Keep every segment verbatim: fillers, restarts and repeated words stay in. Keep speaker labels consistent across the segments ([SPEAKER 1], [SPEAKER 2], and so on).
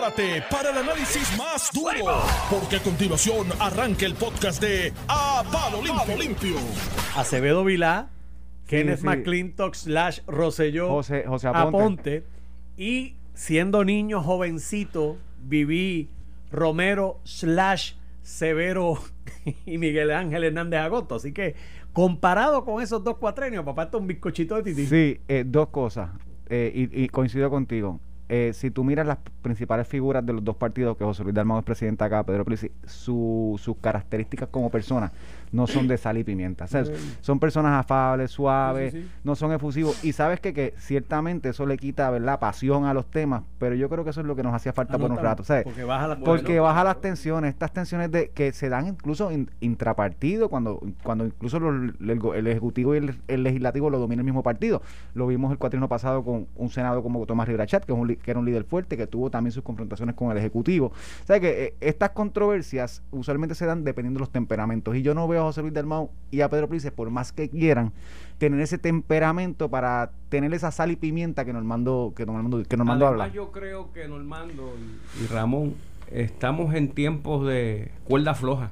[SPEAKER 1] Prepárate para el análisis más duro, porque a continuación arranca el podcast de A Palo Limpio. Limpio.
[SPEAKER 2] Acevedo Vilá, sí, Kenneth
[SPEAKER 3] sí.
[SPEAKER 2] McClintock slash Rosselló
[SPEAKER 3] José, José Aponte.
[SPEAKER 2] Aponte. Y siendo niño jovencito, viví Romero slash Severo y Miguel Ángel Hernández Agosto. Así que, comparado con esos dos cuatrenios, papá, esto es un bizcochito de tití.
[SPEAKER 3] Sí, eh, dos cosas. Eh, y, y coincido contigo. Eh, si tú miras las principales figuras de los dos partidos, que José Luis Dalmau es presidente acá, Pedro Pierluisi, su, sus características como personas no son de sal y pimienta. O sea, son personas afables, suaves, sí, sí, sí. no son efusivos. Y sabes que, que ciertamente eso le quita, ¿verdad?, pasión a los temas, pero yo creo que eso es lo que nos hacía falta ah, por no, un rato. ¿Sabes?
[SPEAKER 2] Porque baja, la,
[SPEAKER 3] porque
[SPEAKER 2] bueno,
[SPEAKER 3] baja las tensiones, estas tensiones de que se dan incluso in, intrapartido, cuando, cuando incluso los, el, el Ejecutivo y el, el Legislativo lo domina el mismo partido. Lo vimos el cuatrienio pasado con un senado como Tomás Rivera Chat, que es un que era un líder fuerte, que tuvo también sus confrontaciones con el Ejecutivo. O sea que eh, estas controversias usualmente se dan dependiendo de los temperamentos, y yo no veo a José Luis Dalmau y a Pedro Pierluisi, por más que quieran tener ese temperamento para tener esa sal y pimienta que Normando, que Normando, que Normando
[SPEAKER 4] Además,
[SPEAKER 3] habla.
[SPEAKER 4] Yo creo que Normando y, y Ramón estamos en tiempos de cuerda floja.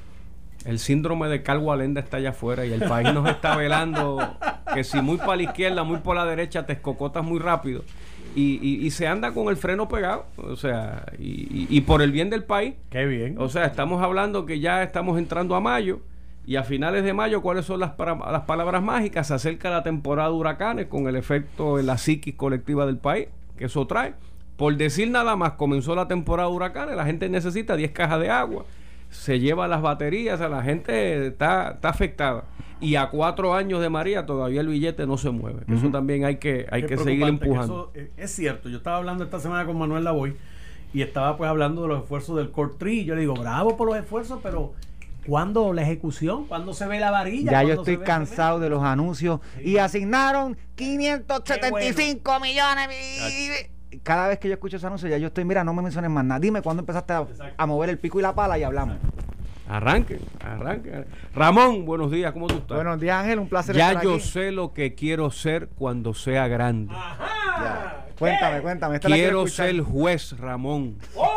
[SPEAKER 4] El síndrome de Calvo Alenda está allá afuera y el país nos está velando que si muy para la izquierda, muy por la derecha, te escocotas muy rápido. Y, y, y se anda con el freno pegado, o sea, y, y, y por el bien del país.
[SPEAKER 2] Qué bien.
[SPEAKER 4] O sea, estamos hablando que ya estamos entrando a mayo, y a finales de mayo, ¿cuáles son las, para, las palabras mágicas? Se acerca la temporada de huracanes con el efecto en la psiquis colectiva del país, que eso trae. Por decir nada más, comenzó la temporada de huracanes, la gente necesita diez cajas de agua, se lleva las baterías, o sea, la gente está, está afectada. Y a cuatro años de María todavía el billete no se mueve. Uh-huh. Eso también hay que, hay que seguir empujando.
[SPEAKER 2] Que eso, es cierto, yo estaba hablando esta semana con Manuel Lavoy y estaba pues hablando de los esfuerzos del Cortri. Yo le digo, bravo por los esfuerzos, pero ¿cuándo la ejecución? ¿Cuándo se ve la varilla?
[SPEAKER 3] Ya yo estoy cansado de los anuncios. Sí. Y asignaron quinientos setenta y cinco bueno. millones. Cada vez que yo escucho ese anuncio, ya yo estoy, mira, no me menciones más nada. Dime cuándo empezaste a, a mover el pico y la pala y hablamos.
[SPEAKER 4] Arranque, arranque. Ramón, buenos días, ¿cómo tú estás?
[SPEAKER 3] Buenos días, Ángel, un placer
[SPEAKER 4] ya
[SPEAKER 3] estar
[SPEAKER 4] yo
[SPEAKER 3] aquí.
[SPEAKER 4] sé lo que quiero ser cuando sea grande.
[SPEAKER 3] Ajá. Cuéntame, cuéntame.
[SPEAKER 4] Esta quiero ser juez, Ramón.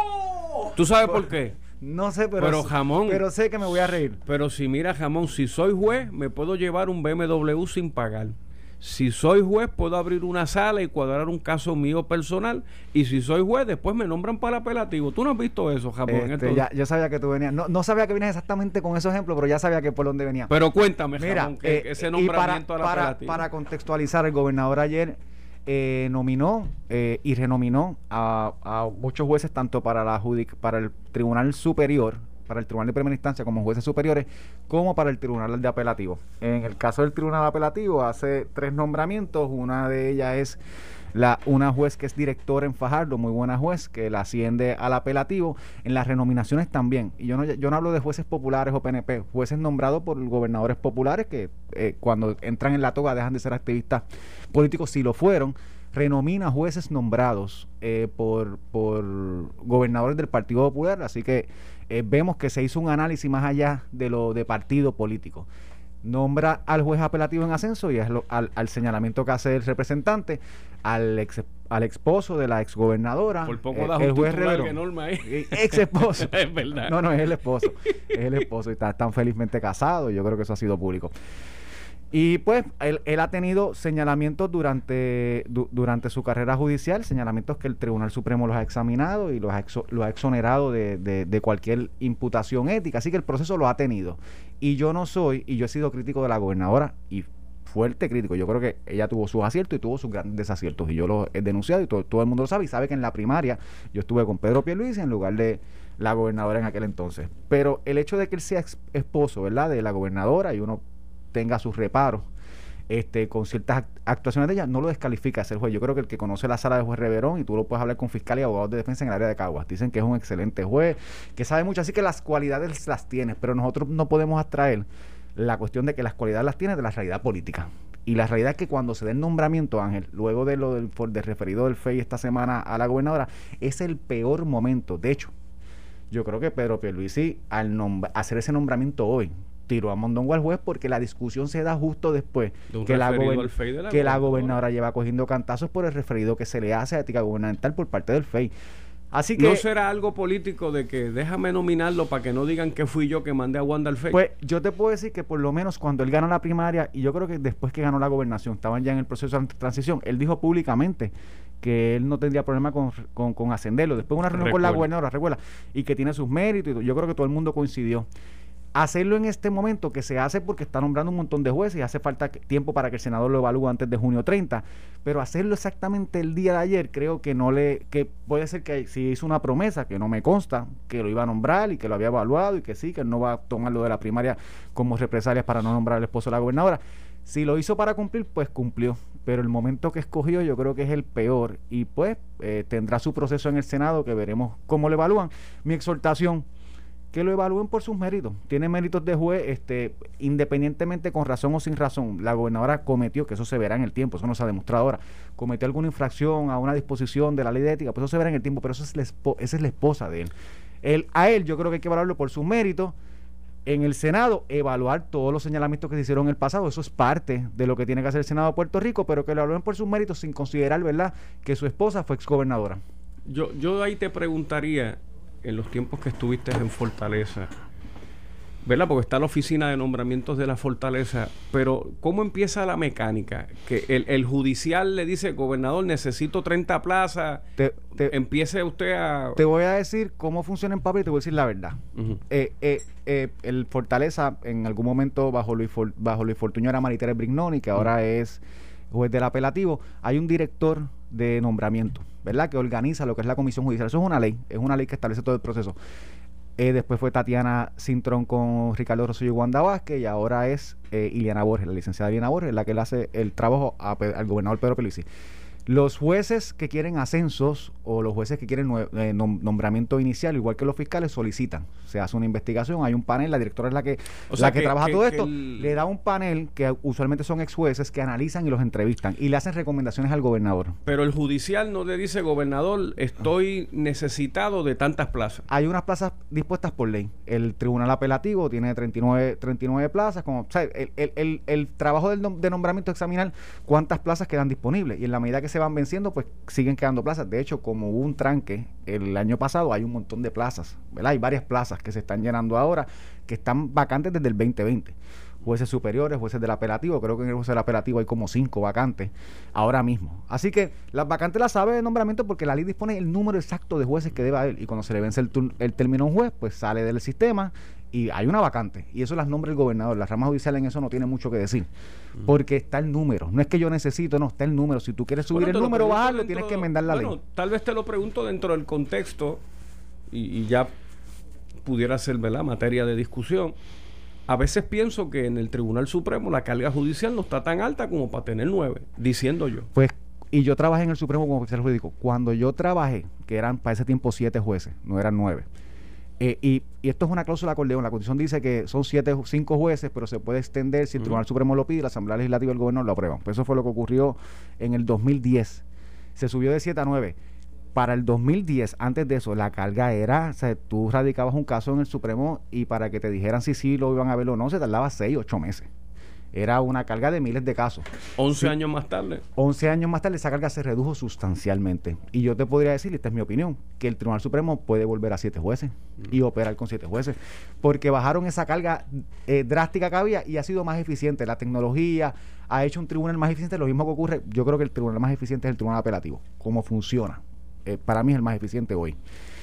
[SPEAKER 2] ¡Oh!
[SPEAKER 4] ¿Tú sabes por qué?
[SPEAKER 3] No sé, pero,
[SPEAKER 4] pero jamón.
[SPEAKER 3] Pero sé que me voy a reír.
[SPEAKER 4] Pero si mira, Jamón, si soy juez, me puedo llevar un B M W sin pagar. Si soy juez, puedo abrir una sala y cuadrar un caso mío personal. Y si soy juez, después me nombran para el apelativo. ¿Tú no has visto eso, Jamón?
[SPEAKER 3] Este, ya, yo sabía que tú venías. No, no sabía que venías exactamente con esos ejemplos, pero ya sabía que por dónde venía.
[SPEAKER 4] Pero cuéntame,
[SPEAKER 3] Mira,
[SPEAKER 4] Jamón, que
[SPEAKER 3] eh,
[SPEAKER 4] ese nombramiento
[SPEAKER 3] para,
[SPEAKER 4] al
[SPEAKER 3] para,
[SPEAKER 4] apelativo.
[SPEAKER 3] para contextualizar, el gobernador ayer eh, nominó eh, y renominó a, a muchos jueces, tanto para, la judic para el Tribunal Superior, para el Tribunal de Primera Instancia como jueces superiores, como para el Tribunal de Apelativo. En el caso del Tribunal de Apelativo hace tres nombramientos. Una de ellas es la una juez que es directora en Fajardo, muy buena juez, que la asciende al apelativo. En las renominaciones también, y yo no, yo no hablo de jueces populares o P N P, jueces nombrados por gobernadores populares que eh, cuando entran en la toga dejan de ser activistas políticos, si lo fueron. Renomina jueces nombrados eh, por, por gobernadores del Partido Popular, así que eh, vemos que se hizo un análisis más allá de lo de partido político. Nombra al juez apelativo en ascenso y es lo, al, al señalamiento que hace el representante, al ex al esposo de la exgobernadora,
[SPEAKER 4] por poco
[SPEAKER 3] eh,
[SPEAKER 4] da
[SPEAKER 3] el juez
[SPEAKER 4] Rivera,
[SPEAKER 3] ex esposo.
[SPEAKER 4] Es verdad.
[SPEAKER 3] No, no, es el esposo. Es el esposo y está, están felizmente casados. Yo creo que eso ha sido público. Y pues él, él ha tenido señalamientos durante du, durante su carrera judicial, señalamientos que el Tribunal Supremo los ha examinado y los ha, exo, los ha exonerado de, de, de cualquier imputación ética, así que el proceso lo ha tenido. Y yo no soy, y yo he sido crítico de la gobernadora, y fuerte crítico, yo creo que ella tuvo sus aciertos y tuvo sus grandes desaciertos, y yo lo he denunciado y todo, todo el mundo lo sabe, y sabe que en la primaria yo estuve con Pedro Pierluisi en lugar de la gobernadora en aquel entonces. Pero el hecho de que él sea ex, esposo, ¿verdad?, de la gobernadora, y uno tenga sus reparos este, con ciertas actuaciones de ella, no lo descalifica a ser juez. Yo creo que el que conoce la sala de juez Reverón, y tú lo puedes hablar con fiscal y abogados de defensa en el área de Caguas, dicen que es un excelente juez, que sabe mucho, así que las cualidades las tiene, pero nosotros no podemos abstraer la cuestión de que las cualidades las tiene de la realidad política. Y la realidad es que cuando se dé el nombramiento, Ángel, luego de lo del, del referido del F E I esta semana a la gobernadora, es el peor momento. De hecho, yo creo que Pedro Pierluisi, al nombr- hacer ese nombramiento hoy, tiró a mondongo al juez, porque la discusión se da justo después
[SPEAKER 4] de
[SPEAKER 3] que, la, gober-
[SPEAKER 4] de la,
[SPEAKER 3] que la gobernadora lleva cogiendo cantazos por el referido que se le hace a ética gubernamental por parte del F E I. Así que,
[SPEAKER 4] ¿no será algo político de que déjame nominarlo para que no digan que fui yo que mandé a Wanda al F E I?
[SPEAKER 3] Pues yo te puedo decir que por lo menos cuando él ganó la primaria, y yo creo que después que ganó la gobernación, estaban ya en el proceso de transición, él dijo públicamente que él no tendría problema con, con, con ascenderlo. Después de una reunión con la gobernadora, recuerda, y que tiene sus méritos, y yo creo que todo el mundo coincidió. Hacerlo en este momento, que se hace porque está nombrando un montón de jueces y hace falta tiempo para que el senador lo evalúe antes de junio treinta, pero hacerlo exactamente el día de ayer, creo que no le, que puede ser que si hizo una promesa, que no me consta, que lo iba a nombrar y que lo había evaluado y que sí, que él no va a tomar lo de la primaria como represalias para no nombrar al esposo de la gobernadora. Si lo hizo para cumplir, pues cumplió, pero el momento que escogió yo creo que es el peor y pues eh, tendrá su proceso en el Senado, que veremos cómo lo evalúan. Mi exhortación, que lo evalúen por sus méritos. Tiene méritos de juez, este, independientemente con razón o sin razón. La gobernadora cometió, que eso se verá en el tiempo, eso no se ha demostrado ahora, cometió alguna infracción a una disposición de la ley de ética, pues eso se verá en el tiempo, pero eso es la espo- esa es la esposa de él. él. A él yo creo que hay que evaluarlo por sus méritos. En el Senado, evaluar todos los señalamientos que se hicieron en el pasado, eso es parte de lo que tiene que hacer el Senado de Puerto Rico, pero que lo evalúen por sus méritos sin considerar, ¿verdad?, que su esposa fue exgobernadora.
[SPEAKER 4] Yo, yo ahí te preguntaría, en los tiempos que estuviste en Fortaleza, ¿verdad? Porque está la oficina de nombramientos de la Fortaleza, pero ¿cómo empieza la mecánica? Que el, el judicial le dice, gobernador, necesito treinta plazas,
[SPEAKER 3] Te, te,
[SPEAKER 4] empiece usted a...
[SPEAKER 3] te voy a decir cómo funciona en papel y te voy a decir la verdad.
[SPEAKER 4] Uh-huh.
[SPEAKER 3] eh, eh, eh, el Fortaleza, en algún momento, bajo Luis, For, bajo Luis Fortuño era Maritere Brignoni, que ahora uh-huh. es juez del apelativo, hay un director de nombramiento, ¿verdad?, que organiza lo que es la comisión judicial. Eso es una ley, es una ley que establece todo el proceso. Eh, después fue Tatiana Cintrón con Ricardo Rosselló y Wanda Vázquez, y ahora es eh, Iliana Borges, la licenciada Iliana Borges, la que le hace el trabajo a, al gobernador Pedro Pierluisi. Los jueces que quieren ascensos o los jueces que quieren nue- eh, nom- nombramiento inicial, igual que los fiscales, solicitan. Se hace una investigación, hay un panel, la directora es la que,
[SPEAKER 4] o sea
[SPEAKER 3] la que, que trabaja
[SPEAKER 4] que,
[SPEAKER 3] todo
[SPEAKER 4] que
[SPEAKER 3] esto,
[SPEAKER 4] el...
[SPEAKER 3] le da un panel que usualmente son ex jueces que analizan y los entrevistan y le hacen recomendaciones al gobernador.
[SPEAKER 4] Pero el judicial no le dice, gobernador, estoy necesitado de tantas plazas.
[SPEAKER 3] Hay unas plazas dispuestas por ley. El tribunal apelativo tiene treinta y nueve plazas. Como, o sea, el, el, el, el trabajo del nom- de nombramiento es examinar cuántas plazas quedan disponibles. Y en la medida que se van venciendo, pues siguen quedando plazas. De hecho, como hubo un tranque el año pasado, hay un montón de plazas, ¿verdad? Hay varias plazas que se están llenando ahora, que están vacantes desde el veinte veinte. Jueces superiores, jueces del apelativo, creo que en el juez del apelativo hay como cinco vacantes ahora mismo. Así que las vacantes las sabe de nombramiento porque la ley dispone el número exacto de jueces que debe haber, y cuando se le vence el, turn- el término a un juez, pues sale del sistema y hay una vacante, y eso las nombra el gobernador. La rama judicial en eso no tiene mucho que decir, porque está el número. No es que yo necesito, no, está el número. Si tú quieres subir
[SPEAKER 4] Bueno,
[SPEAKER 3] el número, bajarlo,
[SPEAKER 4] dentro,
[SPEAKER 3] tienes que enmendar la
[SPEAKER 4] bueno,
[SPEAKER 3] ley.
[SPEAKER 4] Tal vez te lo pregunto dentro del contexto y, y ya pudiera ser, ¿verdad?, materia de discusión. A veces pienso que en el Tribunal Supremo la carga judicial no está tan alta como para tener nueve, diciendo yo.
[SPEAKER 3] Pues, y yo trabajé en el Supremo como oficial jurídico. Cuando yo trabajé, que eran para ese tiempo siete jueces, no eran nueve. Eh, y, y esto es una cláusula acordeón. La Constitución dice que son siete, cinco jueces, pero se puede extender si el uh-huh. Tribunal Supremo lo pide, la Asamblea Legislativa y el Gobierno lo aprueban. Pues eso fue lo que ocurrió en el dos mil diez. Se subió de siete a nueve. Para el dos mil diez, antes de eso, la carga era, o sea, tú radicabas un caso en el Supremo y para que te dijeran si sí lo iban a ver o no, se tardaba seis, ocho meses. Era una carga de miles de casos.
[SPEAKER 4] once
[SPEAKER 3] sí.
[SPEAKER 4] años más tarde.
[SPEAKER 3] once años más tarde esa carga se redujo sustancialmente. Y yo te podría decir, esta es mi opinión, que el Tribunal Supremo puede volver a siete jueces mm. y operar con siete jueces. Porque bajaron esa carga eh, drástica que había y ha sido más eficiente. La tecnología ha hecho un tribunal más eficiente. Lo mismo que ocurre, yo creo que el tribunal más eficiente es el Tribunal Apelativo. Cómo funciona. Eh, para mí es el más eficiente hoy.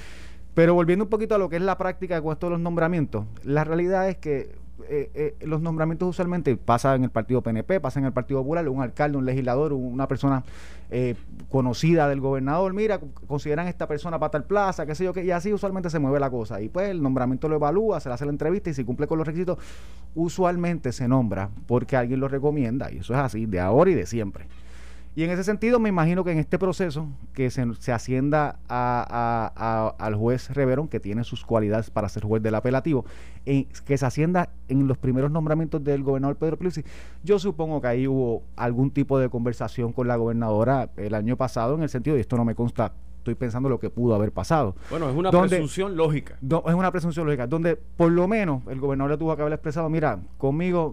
[SPEAKER 3] Pero volviendo un poquito a lo que es la práctica con esto de los nombramientos, la realidad es que eh, eh, los nombramientos usualmente pasan en el partido P N P, pasan en el Partido Popular, un alcalde, un legislador, una persona eh, conocida del gobernador, mira, consideran esta persona para tal plaza, qué sé yo, qué, y así usualmente se mueve la cosa. Y pues el nombramiento lo evalúa, se le hace la entrevista y si cumple con los requisitos, usualmente se nombra porque alguien lo recomienda, y eso es así, de ahora y de siempre. Y en ese sentido me imagino que en este proceso que se, se ascienda a, a, a, al juez Reverón, que tiene sus cualidades para ser juez del apelativo, en, que se ascienda en los primeros nombramientos del gobernador Pedro Pierluisi, yo supongo que ahí hubo algún tipo de conversación con la gobernadora el año pasado, en el sentido, y esto no me consta, estoy pensando lo que pudo haber pasado.
[SPEAKER 4] Bueno, es una
[SPEAKER 3] donde,
[SPEAKER 4] presunción lógica.
[SPEAKER 3] Do, es una presunción lógica, donde por lo menos el gobernador le tuvo que haber expresado, mira, conmigo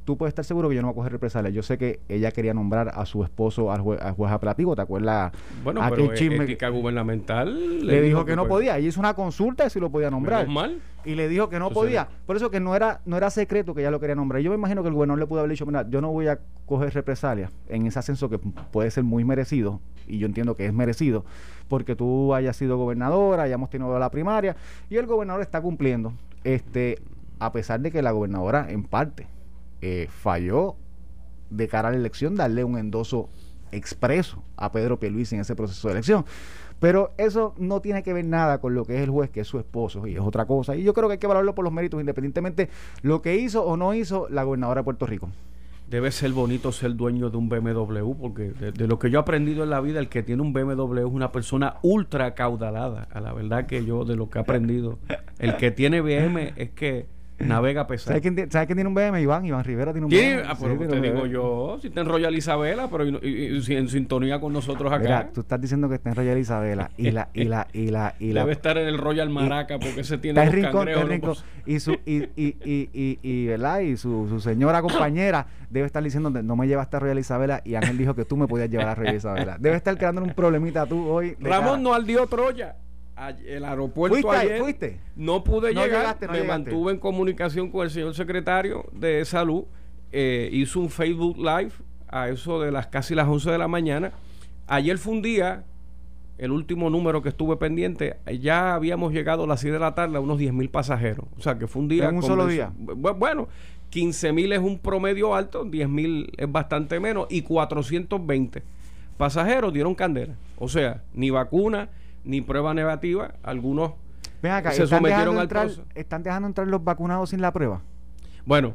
[SPEAKER 3] tú puedes estar seguro que yo no voy a coger represalias. Yo sé que ella quería nombrar a su esposo al, jue, al juez apelativo, ¿te acuerdas?
[SPEAKER 4] Bueno,
[SPEAKER 3] aquel
[SPEAKER 4] pero
[SPEAKER 3] chisme
[SPEAKER 4] ética gubernamental
[SPEAKER 3] le, le dijo que, que no pues, podía. Ella hizo una consulta de si lo podía nombrar.
[SPEAKER 4] Mal.
[SPEAKER 3] Y le dijo que no
[SPEAKER 4] Eso
[SPEAKER 3] podía.
[SPEAKER 4] sería.
[SPEAKER 3] Por eso que no era no era secreto que ella lo quería nombrar. Yo me imagino que el gobernador le pudo haber dicho, mira, yo no voy a coger represalias en ese ascenso que puede ser muy merecido, y yo entiendo que es merecido, porque tú hayas sido gobernadora, hayamos tenido la primaria, y el gobernador está cumpliendo. Este, a pesar de que la gobernadora, en parte, eh, falló de cara a la elección, darle un endoso expreso a Pedro Pierluisi en ese proceso de elección. Pero eso no tiene que ver nada con lo que es el juez, que es su esposo, y es otra cosa. Y yo creo que hay que valorarlo por los méritos, independientemente lo que hizo o no hizo la gobernadora de Puerto Rico.
[SPEAKER 4] Debe ser bonito ser dueño de un B M W, porque de, de lo que yo he aprendido en la vida, el que tiene un B M W es una persona ultra acaudalada. A la verdad que yo, de lo que he aprendido, el que tiene B M es que navega pesado.
[SPEAKER 3] ¿Sabes quién, ¿Sabes quién tiene un B M? Iván, Iván Rivera tiene un B M.
[SPEAKER 4] Ah, pero sí, te digo yo, si está en Royal Isabela, pero y, y, y en sintonía con nosotros acá.
[SPEAKER 3] Mira, tú estás diciendo que está en Royal Isabela y la y la y la y la
[SPEAKER 4] debe estar en el Royal Maraca, y, porque ese tiene
[SPEAKER 3] está
[SPEAKER 4] los
[SPEAKER 3] rincón,
[SPEAKER 4] cangrejos.
[SPEAKER 3] Está rincón, y su y y y y, y ¿verdad? Y su, su señora compañera debe estar diciendo, no me llevaste a Royal Isabela, y Ángel dijo que tú me podías llevar a Royal Isabela. Debe estar creando un problemita tú hoy.
[SPEAKER 4] Ramón cara. No ardió Troya. El aeropuerto
[SPEAKER 3] ¿Fuiste,
[SPEAKER 4] ayer
[SPEAKER 3] ¿fuiste?
[SPEAKER 4] no pude
[SPEAKER 3] no
[SPEAKER 4] llegar,
[SPEAKER 3] llegaste, no
[SPEAKER 4] me
[SPEAKER 3] llegaste.
[SPEAKER 4] mantuve en comunicación con el señor secretario de salud, eh, hizo un Facebook Live a eso de las casi las once de la mañana. Ayer fue un día, el último número que estuve pendiente, ya habíamos llegado a las seis de la tarde a unos diez mil pasajeros, o sea que fue un día
[SPEAKER 3] en un solo día.
[SPEAKER 4] Bueno, quince mil es un promedio alto, diez mil es bastante menos, y cuatrocientos veinte pasajeros dieron candela, o sea, ni vacuna ni prueba negativa. Algunos
[SPEAKER 3] Ven acá,
[SPEAKER 4] se
[SPEAKER 3] ¿están
[SPEAKER 4] sometieron
[SPEAKER 3] dejando
[SPEAKER 4] al
[SPEAKER 3] entrar,
[SPEAKER 4] proceso.
[SPEAKER 3] ¿Están dejando entrar los vacunados sin la prueba?
[SPEAKER 4] Bueno,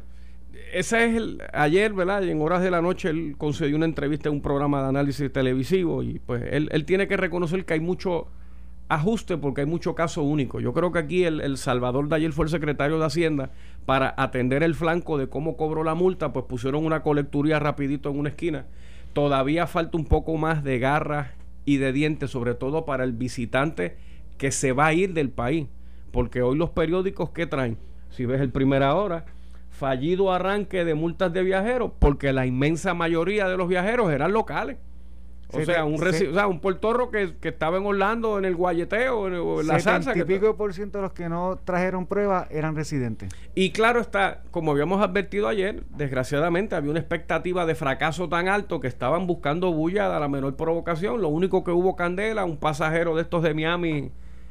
[SPEAKER 4] ese es el ayer, ¿verdad? Y en horas de la noche él concedió una entrevista en un programa de análisis televisivo, y pues él, él tiene que reconocer que hay mucho ajuste porque hay mucho caso único. Yo creo que aquí el, el Salvador de ayer fue el secretario de Hacienda para atender el flanco de cómo cobró la multa, pues pusieron una colecturía rapidito en una esquina. Todavía falta un poco más de garras y de dientes, sobre todo para el visitante que se va a ir del país, porque hoy los periódicos, ¿qué traen? Si ves el Primera Hora, fallido arranque de multas de viajeros, porque la inmensa mayoría de los viajeros eran locales. O
[SPEAKER 3] Se
[SPEAKER 4] sea,
[SPEAKER 3] te,
[SPEAKER 4] un
[SPEAKER 3] se,
[SPEAKER 4] reci- o sea, un puertorro que, que estaba en Orlando, en el guayeteo, o en la salsa.
[SPEAKER 3] setenta y pico por ciento de los que no trajeron prueba eran residentes.
[SPEAKER 4] Y claro está, como habíamos advertido ayer, desgraciadamente había una expectativa de fracaso tan alto que estaban buscando bulla a la menor provocación. Lo único que hubo candela, un pasajero de estos de Miami,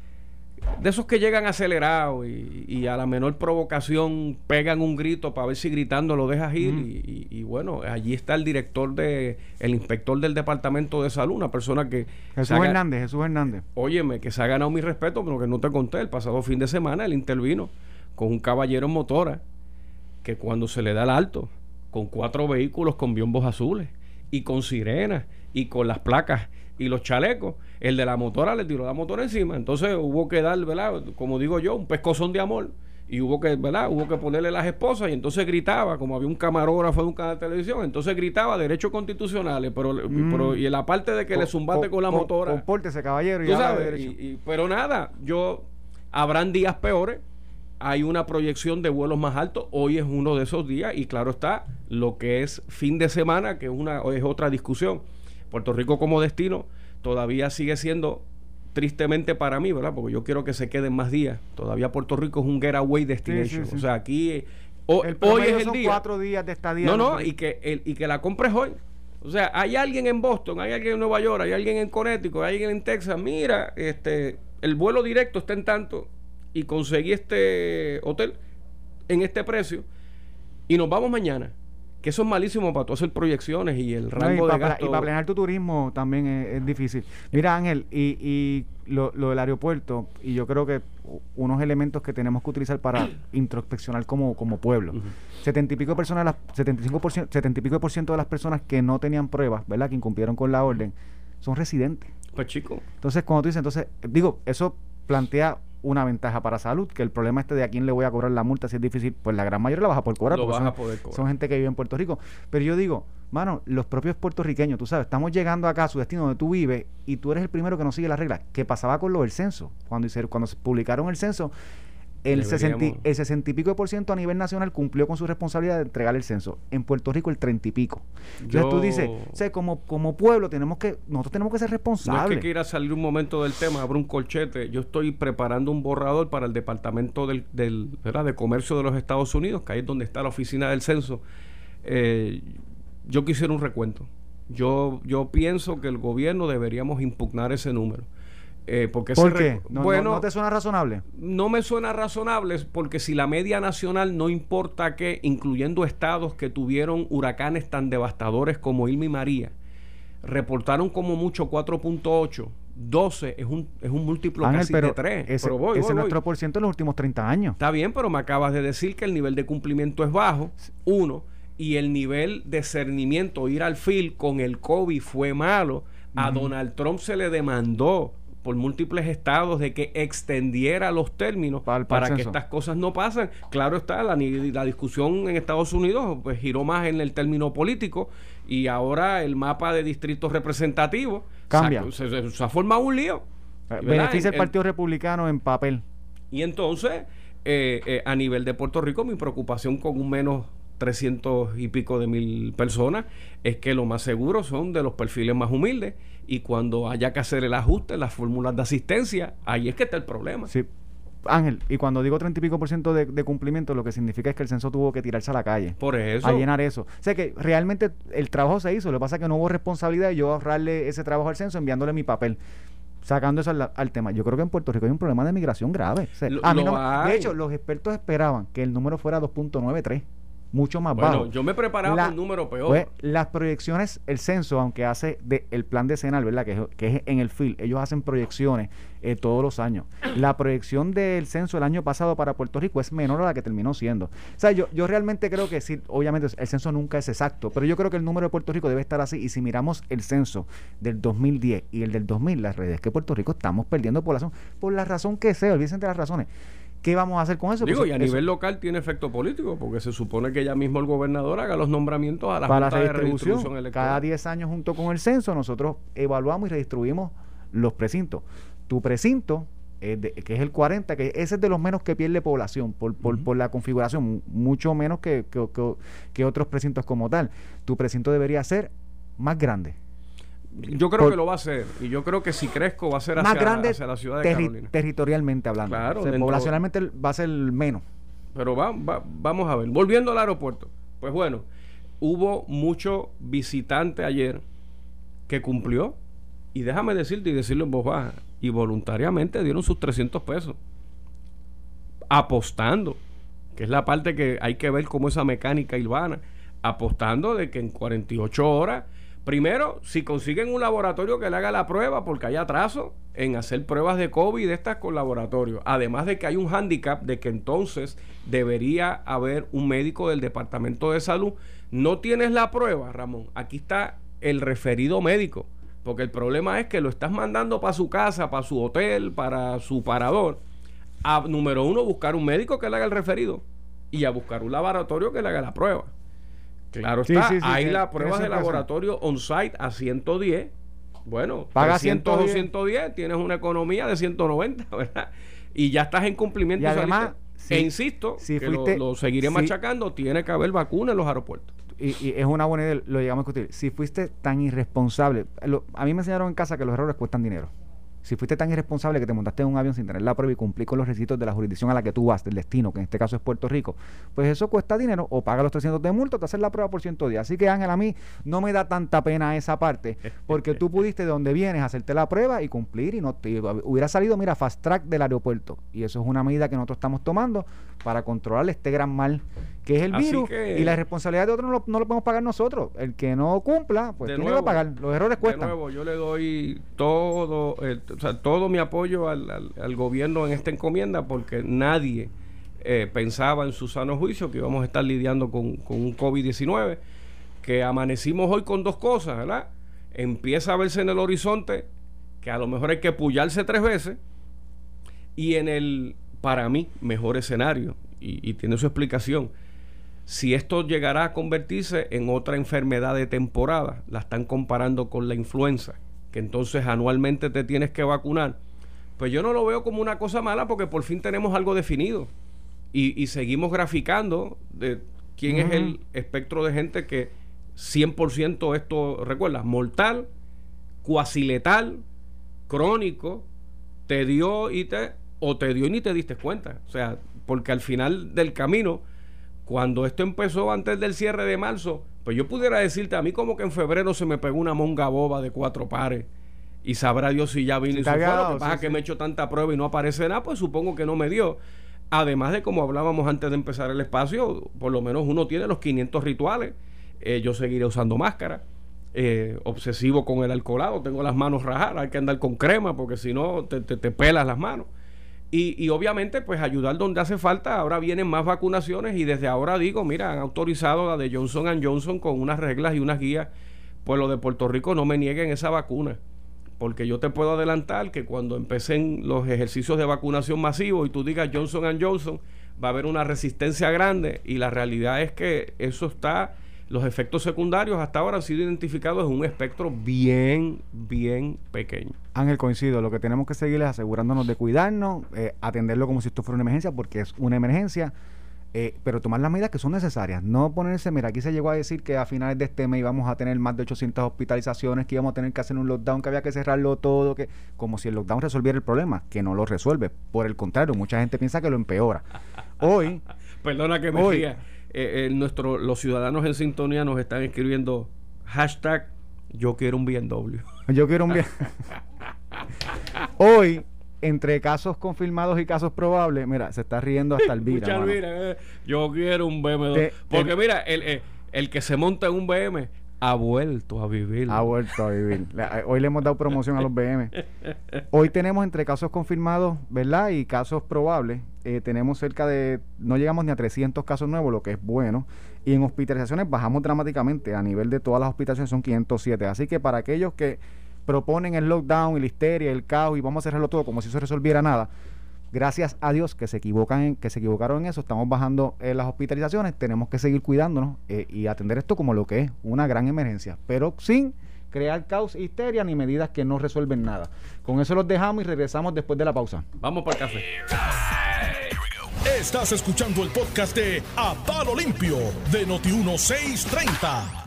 [SPEAKER 4] de esos que llegan acelerados y, y a la menor provocación pegan un grito para ver si gritando lo dejas ir. Mm. Y, y, y bueno, allí está el director de, el inspector del Departamento de Salud, una persona que...
[SPEAKER 3] Jesús ha, Hernández, Jesús Hernández.
[SPEAKER 4] Óyeme, que se ha ganado mi respeto, pero que no te conté, el pasado fin de semana él intervino con un caballero en motora, que cuando se le da el alto, con cuatro vehículos con biombos azules, y con sirenas, y con las placas y los chalecos, el de la motora le tiró la motora encima. Entonces hubo que dar, ¿verdad? Como digo yo, un pescozón de amor, y hubo que, ¿verdad? Hubo que ponerle las esposas, y entonces gritaba, como había un camarógrafo de un canal de televisión, entonces gritaba derechos constitucionales, pero, mm. pero y en la parte de que po, le zumbate po, con la po, motora.
[SPEAKER 3] Compórtese, caballero, y
[SPEAKER 4] ¿tú sabes? Y, y, pero nada, yo habrán días peores. Hay una proyección de vuelos más altos. Hoy es uno de esos días, y claro está, lo que es fin de semana, que es una es otra discusión. Puerto Rico como destino todavía sigue siendo, tristemente para mí, ¿verdad? Porque yo quiero que se queden más días. Todavía Puerto Rico es un getaway destination. Sí, sí, sí. O sea, aquí o,
[SPEAKER 3] el
[SPEAKER 4] hoy es el
[SPEAKER 3] son
[SPEAKER 4] día.
[SPEAKER 3] cuatro días de estadía.
[SPEAKER 4] No, no, y que el, y que la compres hoy. O sea, hay alguien en Boston, hay alguien en Nueva York, hay alguien en Connecticut, hay alguien en Texas. Mira, este, el vuelo directo está en tanto, y conseguí este hotel en este precio, y nos vamos mañana. Que eso es malísimo para tú hacer proyecciones y el rango
[SPEAKER 3] no, y
[SPEAKER 4] de
[SPEAKER 3] pa,
[SPEAKER 4] gasto.
[SPEAKER 3] Y para planear tu turismo también es, es difícil. Mira, Ángel, y, y lo, lo del aeropuerto, y yo creo que unos elementos que tenemos que utilizar para introspeccionar como, como pueblo. Uh-huh. setenta y pico de personas, las, setenta y cinco por ciento, setenta y pico por ciento de las personas que no tenían pruebas, ¿verdad? Que incumplieron con la orden, son residentes.
[SPEAKER 4] Pues chico.
[SPEAKER 3] Entonces, cuando tú dices, entonces, digo, eso plantea una ventaja para salud, que el problema este de a quién le voy a cobrar la multa si es difícil, pues la gran mayoría la vas a poder cobrar,
[SPEAKER 4] lo
[SPEAKER 3] porque
[SPEAKER 4] vas
[SPEAKER 3] son,
[SPEAKER 4] a poder cobrar.
[SPEAKER 3] Son gente que vive en Puerto Rico. Pero yo digo, mano, los propios puertorriqueños, tú sabes, estamos llegando acá a su destino donde tú vives, y tú eres el primero que no sigue las reglas. ¿Qué pasaba con lo del censo? Cuando, hice, cuando se publicaron el censo, El
[SPEAKER 4] Deberíamos...
[SPEAKER 3] sesenta, el sesenta y pico de por ciento a nivel nacional cumplió con su responsabilidad de entregar el censo. En Puerto Rico el treinta y pico. Entonces
[SPEAKER 4] Yo...
[SPEAKER 3] tú dices, o sea, como, como pueblo tenemos que, nosotros tenemos que ser responsables.
[SPEAKER 4] No es que quiera salir un momento del tema, abro un colchete. Yo estoy preparando un borrador para el Departamento del, del, ¿verdad? de Comercio de los Estados Unidos, que ahí es donde está la oficina del censo. Eh, yo quisiera un recuento. Yo, yo pienso que el gobierno deberíamos impugnar ese número. Eh, porque
[SPEAKER 3] ¿Por
[SPEAKER 4] ese
[SPEAKER 3] qué?
[SPEAKER 4] rec-
[SPEAKER 3] ¿No,
[SPEAKER 4] bueno,
[SPEAKER 3] no, ¿No te suena razonable?
[SPEAKER 4] no me suena razonable porque si la media nacional no importa que, incluyendo estados que tuvieron huracanes tan devastadores como Irma y María, reportaron como mucho cuatro punto ocho, doce es un, es un múltiplo
[SPEAKER 3] Ángel,
[SPEAKER 4] casi
[SPEAKER 3] pero
[SPEAKER 4] de tres.
[SPEAKER 3] Ese,
[SPEAKER 4] pero voy,
[SPEAKER 3] ese
[SPEAKER 4] voy,
[SPEAKER 3] es
[SPEAKER 4] voy.
[SPEAKER 3] nuestro por ciento en los últimos treinta años.
[SPEAKER 4] Está bien, pero me acabas de decir que el nivel de cumplimiento es bajo, uno, y el nivel de cernimiento, ir al fil con el COVID fue malo. A
[SPEAKER 3] Ujú.
[SPEAKER 4] Donald Trump se le demandó por múltiples estados de que extendiera los términos
[SPEAKER 3] Para el- para
[SPEAKER 4] para
[SPEAKER 3] el
[SPEAKER 4] que
[SPEAKER 3] censo.
[SPEAKER 4] estas cosas no pasen. Claro está, la, ni- la discusión en Estados Unidos pues giró más en el término político y ahora el mapa de distritos representativos
[SPEAKER 3] Cambia.
[SPEAKER 4] sa- se, se- se ha formado un lío.
[SPEAKER 3] Eh,
[SPEAKER 4] ¿verdad?
[SPEAKER 3] Beneficia
[SPEAKER 4] En-
[SPEAKER 3] el Partido Republicano en papel.
[SPEAKER 4] y entonces, eh, eh, a nivel de Puerto Rico, mi preocupación con un menos trescientos y pico de mil personas es que lo más seguro son de los perfiles más humildes y cuando haya que hacer el ajuste, las fórmulas de asistencia, ahí es que está el problema.
[SPEAKER 3] Sí. Ángel, y cuando digo treinta y pico por ciento de, de cumplimiento, lo que significa es que el censo tuvo que tirarse a la calle.
[SPEAKER 4] Por eso.
[SPEAKER 3] A llenar eso. O sea que realmente el trabajo se hizo. Lo que pasa es que no hubo responsabilidad de yo ahorrarle ese trabajo al censo enviándole mi papel. Sacando eso al, al tema. Yo creo que en Puerto Rico hay un problema de migración grave. O sea,
[SPEAKER 4] Lo-
[SPEAKER 3] a mí
[SPEAKER 4] lo
[SPEAKER 3] no me-
[SPEAKER 4] hay.
[SPEAKER 3] de hecho, los expertos esperaban que el número fuera dos punto noventa y tres. Mucho más
[SPEAKER 4] Bueno,
[SPEAKER 3] bajo.
[SPEAKER 4] yo me preparaba
[SPEAKER 3] La-
[SPEAKER 4] para un número peor.
[SPEAKER 3] Pues, las proyecciones, el censo, aunque hace de, el plan decenal, ¿verdad? Que, es- que es en el F I L, ellos hacen proyecciones eh, todos los años. La proyección del censo el año pasado para Puerto Rico es menor a la que terminó siendo. O sea, yo, yo realmente creo que sí, obviamente el censo nunca es exacto, pero yo creo que el número de Puerto Rico debe estar así. Y si miramos el censo del dos mil diez y el del dos mil, las redes que Puerto Rico estamos perdiendo población, por la razón que sea, olvídense de las razones. ¿Qué vamos a hacer con eso?
[SPEAKER 4] Digo,
[SPEAKER 3] Pues
[SPEAKER 4] y a
[SPEAKER 3] eso-
[SPEAKER 4] nivel local tiene efecto político, porque se supone que ya mismo el gobernador haga los nombramientos a la
[SPEAKER 3] para la
[SPEAKER 4] Junta de
[SPEAKER 3] redistribución.
[SPEAKER 4] Redistribución Electoral.
[SPEAKER 3] Cada diez años junto con el censo nosotros evaluamos y redistribuimos los precintos. Tu precinto, eh, de- que es el cuarenta, que ese es de los menos que pierde población por, por,
[SPEAKER 4] Ujú.
[SPEAKER 3] por la configuración, mucho menos que, que, que, que otros precintos como tal. Tu precinto debería ser más grande.
[SPEAKER 4] Yo creo
[SPEAKER 3] por-
[SPEAKER 4] que lo va a hacer, y yo creo que si crezco va a ser
[SPEAKER 3] más
[SPEAKER 4] hacia,
[SPEAKER 3] grande
[SPEAKER 4] hacia la ciudad de
[SPEAKER 3] terri-
[SPEAKER 4] Carolina.
[SPEAKER 3] territorialmente hablando.
[SPEAKER 4] Claro,
[SPEAKER 3] O sea,
[SPEAKER 4] dentro-
[SPEAKER 3] poblacionalmente va a ser menos.
[SPEAKER 4] Pero va, va- vamos a ver. Volviendo al aeropuerto. Pues bueno, hubo mucho visitante ayer que cumplió. Y déjame decirte y decirlo en voz baja. Y voluntariamente dieron sus trescientos pesos. Apostando. Que es la parte que hay que ver cómo esa mecánica hilvana. Apostando de que en cuarenta y ocho horas... Primero, si consiguen un laboratorio que le haga la prueba, porque hay atraso en hacer pruebas de COVID de estas con laboratorio. Además de que hay un hándicap de que entonces debería haber un médico del Departamento de Salud. No tienes la prueba, Ramón. Aquí está el referido médico. Porque el problema es que lo estás mandando para su casa, para su hotel, para su parador. A, número uno, buscar un médico que le haga el referido. Y a buscar un laboratorio que le haga la prueba. Claro
[SPEAKER 3] Sí,
[SPEAKER 4] está,
[SPEAKER 3] sí, sí,
[SPEAKER 4] hay
[SPEAKER 3] tiene-
[SPEAKER 4] las
[SPEAKER 3] tiene
[SPEAKER 4] pruebas de
[SPEAKER 3] siempre razón.
[SPEAKER 4] laboratorio on-site a ciento diez. Bueno,
[SPEAKER 3] Paga
[SPEAKER 4] trescientos o
[SPEAKER 3] ciento diez.
[SPEAKER 4] ciento diez, tienes una economía de ciento noventa, ¿verdad? Y ya estás en cumplimiento.
[SPEAKER 3] Y además,
[SPEAKER 4] saliste.
[SPEAKER 3] si-
[SPEAKER 4] e insisto,
[SPEAKER 3] si
[SPEAKER 4] que lo-
[SPEAKER 3] fuiste-
[SPEAKER 4] lo, seguiré
[SPEAKER 3] si-
[SPEAKER 4] machacando, tiene que haber vacuna en los aeropuertos.
[SPEAKER 3] Y, y es una buena idea, lo llegamos a discutir. Si fuiste tan irresponsable, lo- a mí me enseñaron en casa que los errores cuestan dinero. Si fuiste tan irresponsable que te montaste en un avión sin tener la prueba y cumplir con los requisitos de la jurisdicción a la que tú vas, del destino, que en este caso es Puerto Rico, pues eso cuesta dinero, o paga los trescientos de multa o te haces la prueba por ciento diez. Así que, Ángel, a mí no me da tanta pena esa parte, porque tú pudiste de donde vienes hacerte la prueba y cumplir, y no te hubiera salido, mira, fast track del aeropuerto. Y eso es una medida que nosotros estamos tomando para controlar este gran mal que es el
[SPEAKER 4] Así
[SPEAKER 3] virus,
[SPEAKER 4] que-
[SPEAKER 3] y la responsabilidad de otros no lo, no lo podemos pagar nosotros. El que no cumpla, pues
[SPEAKER 4] De
[SPEAKER 3] tiene
[SPEAKER 4] nuevo,
[SPEAKER 3] que pagar. Los errores
[SPEAKER 4] De
[SPEAKER 3] cuestan.
[SPEAKER 4] nuevo, yo le doy todo, eh, o sea, todo mi apoyo al, al- al gobierno en esta encomienda, porque nadie eh, pensaba en su sano juicio que íbamos a estar lidiando con, con un COVID diecinueve, que amanecimos hoy con dos cosas, ¿verdad? Empieza a verse en el horizonte que a lo mejor hay que pullarse tres veces, y en el, para mí, mejor escenario, y, y tiene su explicación. Si esto llegará a convertirse en otra enfermedad de temporada, la están comparando con la influenza, que entonces anualmente te tienes que vacunar, pues yo no lo veo como una cosa mala porque por fin tenemos algo definido y, y seguimos graficando de quién uh-huh. es el espectro de gente que cien por ciento esto, recuerda, mortal, cuasi letal, crónico, te dio y te o te dio y ni te diste cuenta. O sea, porque al final del camino, cuando esto empezó antes del cierre de marzo, pues yo pudiera decirte, a mí como que en febrero se me pegó una monga boba de cuatro pares y sabrá Dios si ya vino y se fue. Lo que pasa es que me he hecho tanta prueba y no aparece nada, pues supongo que no me dio. Además de, como hablábamos antes de empezar el espacio, por lo menos uno tiene los quinientos rituales. Eh, yo seguiré usando máscara, eh, obsesivo con el alcoholado, tengo las manos rajadas, hay que andar con crema porque si no te, te, te pelas las manos. Y, y obviamente pues ayudar donde hace falta. Ahora vienen más vacunaciones y desde ahora digo, mira, han autorizado la de Johnson and Johnson con unas reglas y unas guías. Pues lo de Puerto Rico no me nieguen esa vacuna, porque yo te puedo adelantar que cuando empiecen los ejercicios de vacunación masivos y tú digas Johnson and Johnson, va a haber una resistencia grande y la realidad es que eso está, los efectos secundarios hasta ahora han sido identificados en un espectro bien, bien pequeño.
[SPEAKER 3] Ángel, coincido, lo que tenemos que seguir es asegurándonos de cuidarnos, eh, atenderlo como si esto fuera una emergencia, porque es una emergencia, eh, pero tomar las medidas que son necesarias, no ponerse, mira, aquí se llegó a decir que a finales de este mes íbamos a tener más de ochocientas hospitalizaciones, que íbamos a tener que hacer un lockdown, que había que cerrarlo todo, que como si el lockdown resolviera el problema, que no lo resuelve, por el contrario, mucha gente piensa que lo empeora. Hoy...
[SPEAKER 4] Perdona que me
[SPEAKER 3] hoy,
[SPEAKER 4] ría. Eh, eh, nuestro, los ciudadanos en sintonía nos están escribiendo hashtag yo quiero un B M W.
[SPEAKER 3] Yo quiero un B M W. Hoy, entre casos confirmados y casos probables, mira, se está riendo hasta Elvira.
[SPEAKER 4] Mucha Elvira, eh, yo quiero un B M W. Te, Porque te, mira, el, el, el que se monta en un B M ha vuelto a vivir.
[SPEAKER 3] Ha vuelto a vivir. Hoy le hemos dado promoción a los B M. Hoy tenemos entre casos confirmados, ¿verdad? Y casos probables. Eh, tenemos cerca de, no llegamos ni a trescientos casos nuevos, lo que es bueno. Y en hospitalizaciones bajamos dramáticamente. A nivel de todas las hospitalizaciones son quinientos siete. Así que para aquellos que proponen el lockdown y la histeria, el caos y vamos a cerrarlo todo como si eso resolviera nada, gracias a Dios que se equivocan en, que se equivocaron en eso, estamos bajando eh, las hospitalizaciones, tenemos que seguir cuidándonos eh, y atender esto como lo que es, una gran emergencia, pero sin crear caos, histeria ni medidas que no resuelven nada. Con eso los dejamos y regresamos después de la pausa.
[SPEAKER 4] Vamos para el café.
[SPEAKER 1] Estás escuchando el podcast de A Palo Limpio de Noti uno seiscientos treinta.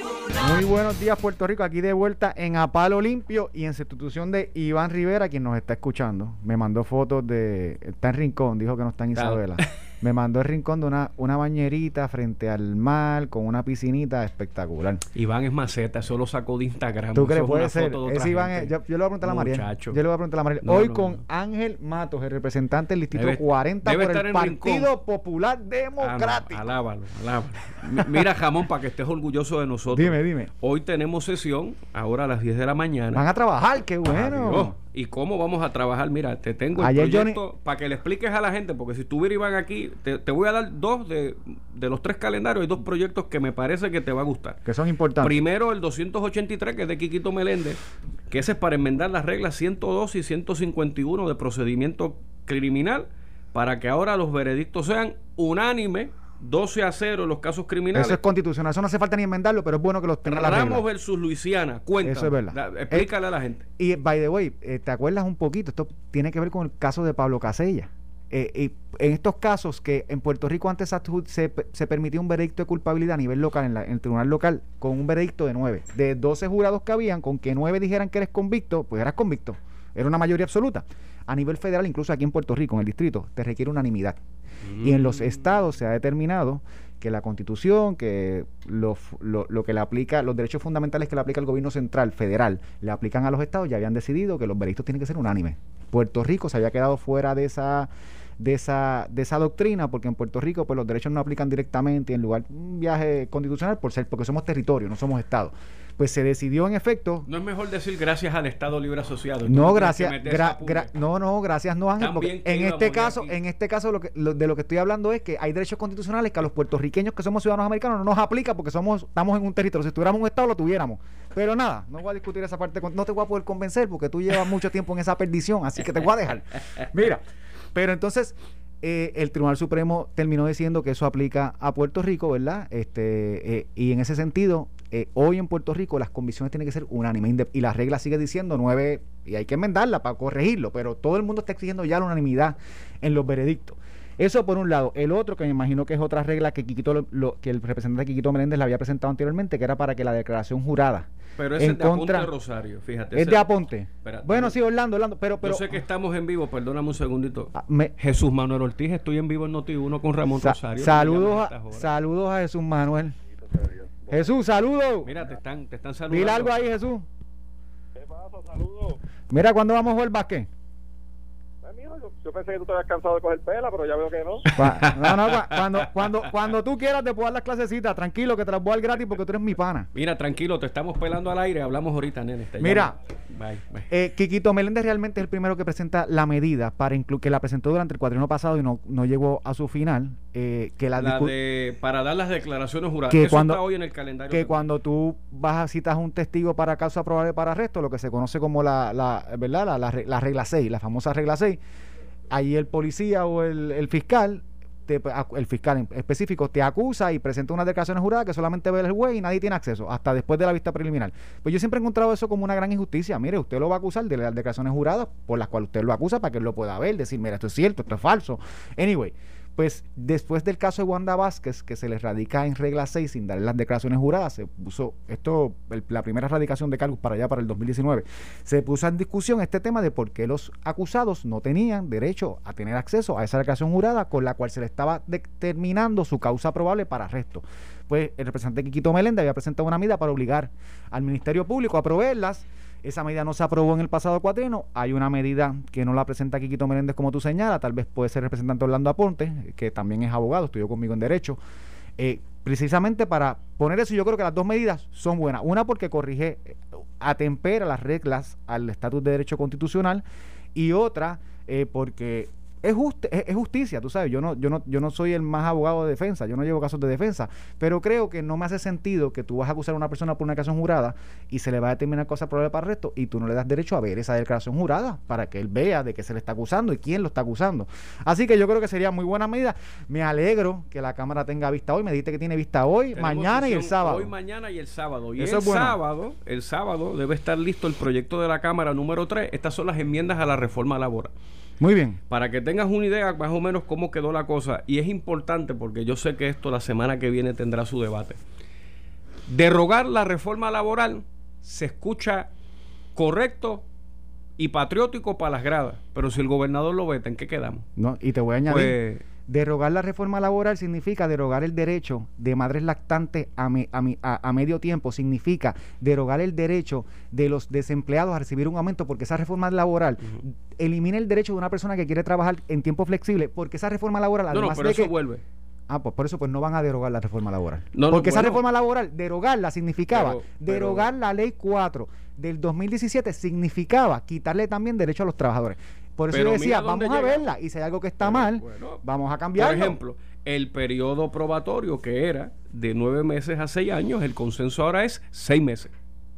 [SPEAKER 3] Muy buenos días, Puerto Rico. Aquí de vuelta en A Palo Limpio y en sustitución de Iván Rivera, quien nos está escuchando. Me mandó fotos de... Está en Rincón, dijo que no está en Isabela. Me mandó el Rincón de una, una bañerita frente al mar con una piscinita espectacular.
[SPEAKER 4] Iván es maceta, eso lo sacó de Instagram.
[SPEAKER 3] ¿Tú crees? Puede ser. Ese Iván es, yo, yo le voy a preguntar a la María. Yo le voy a preguntar a la María. No, Hoy no, con no. Ángel Matos, el representante del Distrito debe, cuarenta debe por el Partido Rincón. Popular Democrático.
[SPEAKER 4] Ah, no, alábalo, alábalo. Mira, Jamón, para que estés orgulloso de nosotros.
[SPEAKER 3] Dime, dime.
[SPEAKER 4] Hoy tenemos sesión, ahora a las diez de la mañana.
[SPEAKER 3] Van a trabajar, qué bueno.
[SPEAKER 4] Adiós. ¿Y cómo vamos a trabajar? Mira, te tengo el
[SPEAKER 3] Ayer
[SPEAKER 4] proyecto
[SPEAKER 3] Johnny...
[SPEAKER 4] para que le expliques a la gente, porque si estuviera Iván aquí, te, te voy a dar dos de, de los tres calendarios, hay dos proyectos que me parece que te va a gustar.
[SPEAKER 3] Que son importantes.
[SPEAKER 4] Primero, el doscientos ochenta y tres, que es de Quiquito Meléndez, que ese es para enmendar las reglas ciento dos y ciento cincuenta y uno de procedimiento criminal, para que ahora los veredictos sean unánimes, doce a cero en los casos criminales.
[SPEAKER 3] Eso es constitucional, eso no hace falta ni enmendarlo, pero es bueno que los tenga la regla.
[SPEAKER 4] Ramos versus Luisiana, cuéntame.
[SPEAKER 3] Eso es verdad.
[SPEAKER 4] La, explícale eh, a la gente.
[SPEAKER 3] Y, by the way, eh, ¿te acuerdas un poquito? Esto tiene que ver con el caso de Pablo Casella. Eh, y en estos casos que en Puerto Rico antes se, se permitía un veredicto de culpabilidad a nivel local, en, la, en el tribunal local, con un veredicto de nueve. De doce jurados que habían, con que nueve dijeran que eres convicto, pues eras convicto. Era una mayoría absoluta. A nivel federal, incluso aquí en Puerto Rico, en el distrito, te requiere unanimidad. Mm. Y en los estados se ha determinado que la Constitución, que lo, lo, lo que le aplica, los derechos fundamentales que le aplica el gobierno central, federal, le aplican a los estados, ya habían decidido que los veredictos tienen que ser unánimes. Puerto Rico se había quedado fuera de esa de esa de esa doctrina, porque en Puerto Rico pues los derechos no aplican directamente en lugar un viaje constitucional por ser porque somos territorio, no somos estado. Pues se decidió en efecto.
[SPEAKER 4] No es mejor decir gracias al Estado Libre Asociado.
[SPEAKER 3] No, gracias, gra, gra, no, no, gracias no, Ángel, porque en este caso, aquí. en este caso lo que lo, de lo que estoy hablando es que hay derechos constitucionales que a los puertorriqueños que somos ciudadanos americanos no nos aplica porque somos estamos en un territorio. Si estuviéramos en un estado lo tuviéramos. Pero nada, no voy a discutir esa parte, no te voy a poder convencer porque tú llevas mucho tiempo en esa perdición, así que te voy a dejar. Mira, pero entonces Eh, el Tribunal Supremo terminó diciendo que eso aplica a Puerto Rico, ¿verdad? Este eh, y en ese sentido, eh, hoy en Puerto Rico las convicciones tienen que ser unánimes y la regla sigue diciendo nueve y hay que enmendarla para corregirlo, pero todo el mundo está exigiendo ya la unanimidad en los veredictos. Eso por un lado. El otro, que me imagino que es otra regla que Quiquito lo, lo, que el representante Quiquito Meléndez le había presentado anteriormente, que era para que la declaración jurada
[SPEAKER 4] pero ese es de contra, Aponte Rosario, fíjate.
[SPEAKER 3] Es
[SPEAKER 4] ese,
[SPEAKER 3] de Aponte.
[SPEAKER 4] Espérate,
[SPEAKER 3] bueno, sí, Orlando, Orlando, pero, pero...
[SPEAKER 4] Yo sé que estamos en vivo, perdóname un segundito.
[SPEAKER 3] Ah, me,
[SPEAKER 4] Jesús Manuel Ortiz, estoy en vivo en Noti uno con Ramón
[SPEAKER 3] sa,
[SPEAKER 4] Rosario.
[SPEAKER 3] Saludos a, saludos a Jesús Manuel. Jesús, saludos.
[SPEAKER 4] Mira, te están, te están saludando.
[SPEAKER 3] Dile algo ahí, Jesús.
[SPEAKER 5] ¿Qué pasa? Saludos.
[SPEAKER 3] Mira, ¿cuándo vamos a jugar básquet?
[SPEAKER 5] Yo, yo pensé que tú te habías cansado de coger pela, pero ya veo que no.
[SPEAKER 3] No, no, cuando, cuando, cuando tú quieras te puedo dar las clasecitas, tranquilo, que te las voy a dar gratis porque tú eres mi pana.
[SPEAKER 4] Mira, tranquilo, te estamos pelando al aire, hablamos ahorita, nene.
[SPEAKER 3] Mira, bye, bye. Eh, Quiquito Meléndez realmente es el primero que presenta la medida para incluir, que la presentó durante el cuatrienio pasado y no, no llegó a su final. Eh, que la,
[SPEAKER 4] la de, para dar las declaraciones juradas.
[SPEAKER 3] Que
[SPEAKER 4] Eso
[SPEAKER 3] cuando,
[SPEAKER 4] está hoy en el calendario.
[SPEAKER 3] Que
[SPEAKER 4] también.
[SPEAKER 3] cuando tú vas a citar un testigo para causa probable para arresto, lo que se conoce como la, la ¿verdad? La, la, la regla seis, la famosa regla seis, ahí el policía o el, el fiscal, te, el fiscal en específico, te acusa y presenta unas declaraciones juradas que solamente ve el juez y nadie tiene acceso, hasta después de la vista preliminar. Pues yo siempre he encontrado eso como una gran injusticia. Mire, usted lo va a acusar de las declaraciones juradas por las cuales usted lo acusa para que él lo pueda ver, decir, mira, esto es cierto, esto es falso. Anyway, pues después del caso de Wanda Vázquez, que se le radica en regla seis sin dar las declaraciones juradas, se puso esto, el, la primera radicación de cargos para allá, para el dos mil diecinueve, se puso en discusión este tema de por qué los acusados no tenían derecho a tener acceso a esa declaración jurada con la cual se le estaba determinando su causa probable para arresto. Pues el representante Quiquito Meléndez había presentado una medida para obligar al Ministerio Público a proveerlas. Esa medida no se aprobó en el pasado cuatrienio. Hay una medida que no la presenta Quiquito Meléndez como tú señalas, tal vez puede ser el representante Orlando Aponte, que también es abogado, estudió conmigo en Derecho, eh, precisamente para poner eso. Yo creo que las dos medidas son buenas. Una porque corrige, atempera las reglas al estatus de derecho constitucional, y otra eh, porque es, just, es, es justicia, tú sabes. Yo no, yo no, yo no soy el más abogado de defensa, yo no llevo casos de defensa, pero creo que no me hace sentido que tú vas a acusar a una persona por una declaración jurada y se le va a determinar cosa probable para arresto y tú no le das derecho a ver esa declaración jurada para que él vea de qué se le está acusando y quién lo está acusando. Así que yo creo que sería muy buena medida. Me alegro que la Cámara tenga vista hoy. Me dijiste que tiene vista hoy, Tenemos mañana y el sábado.
[SPEAKER 4] Hoy, mañana y el sábado. Y
[SPEAKER 3] Eso
[SPEAKER 4] el
[SPEAKER 3] es bueno.
[SPEAKER 4] sábado, el sábado debe estar listo el proyecto de la Cámara número tres. Estas son las enmiendas a la reforma laboral.
[SPEAKER 3] Muy bien.
[SPEAKER 4] Para que tengas una idea más o menos cómo quedó la cosa, y es importante porque yo sé que esto la semana que viene tendrá su debate. Derogar la reforma laboral se escucha correcto y patriótico para las gradas, pero si el gobernador lo veta, ¿en qué quedamos?
[SPEAKER 3] No, y te voy a añadir,
[SPEAKER 4] Pues,
[SPEAKER 3] derogar la reforma laboral significa derogar el derecho de madres lactantes a, me, a, a, a medio tiempo, significa derogar el derecho de los desempleados a recibir un aumento, porque esa reforma laboral uh-huh. elimina el derecho de una persona que quiere trabajar en tiempo flexible, porque esa reforma laboral, además
[SPEAKER 4] no, no, pero
[SPEAKER 3] de
[SPEAKER 4] eso
[SPEAKER 3] que,
[SPEAKER 4] vuelve.
[SPEAKER 3] Ah, pues por eso pues no van a derogar la reforma laboral.
[SPEAKER 4] No,
[SPEAKER 3] porque
[SPEAKER 4] no,
[SPEAKER 3] esa
[SPEAKER 4] bueno,
[SPEAKER 3] reforma laboral, derogarla significaba,
[SPEAKER 4] pero,
[SPEAKER 3] derogar
[SPEAKER 4] pero,
[SPEAKER 3] la ley cuatro del dos mil diecisiete significaba quitarle también derecho a los trabajadores. Por eso
[SPEAKER 4] pero
[SPEAKER 3] yo decía, vamos
[SPEAKER 4] llega.
[SPEAKER 3] a verla, y si hay algo que está pero, mal, bueno, vamos a cambiarlo.
[SPEAKER 4] Por ejemplo, el periodo probatorio que era de nueve meses a seis años, el consenso ahora es seis meses.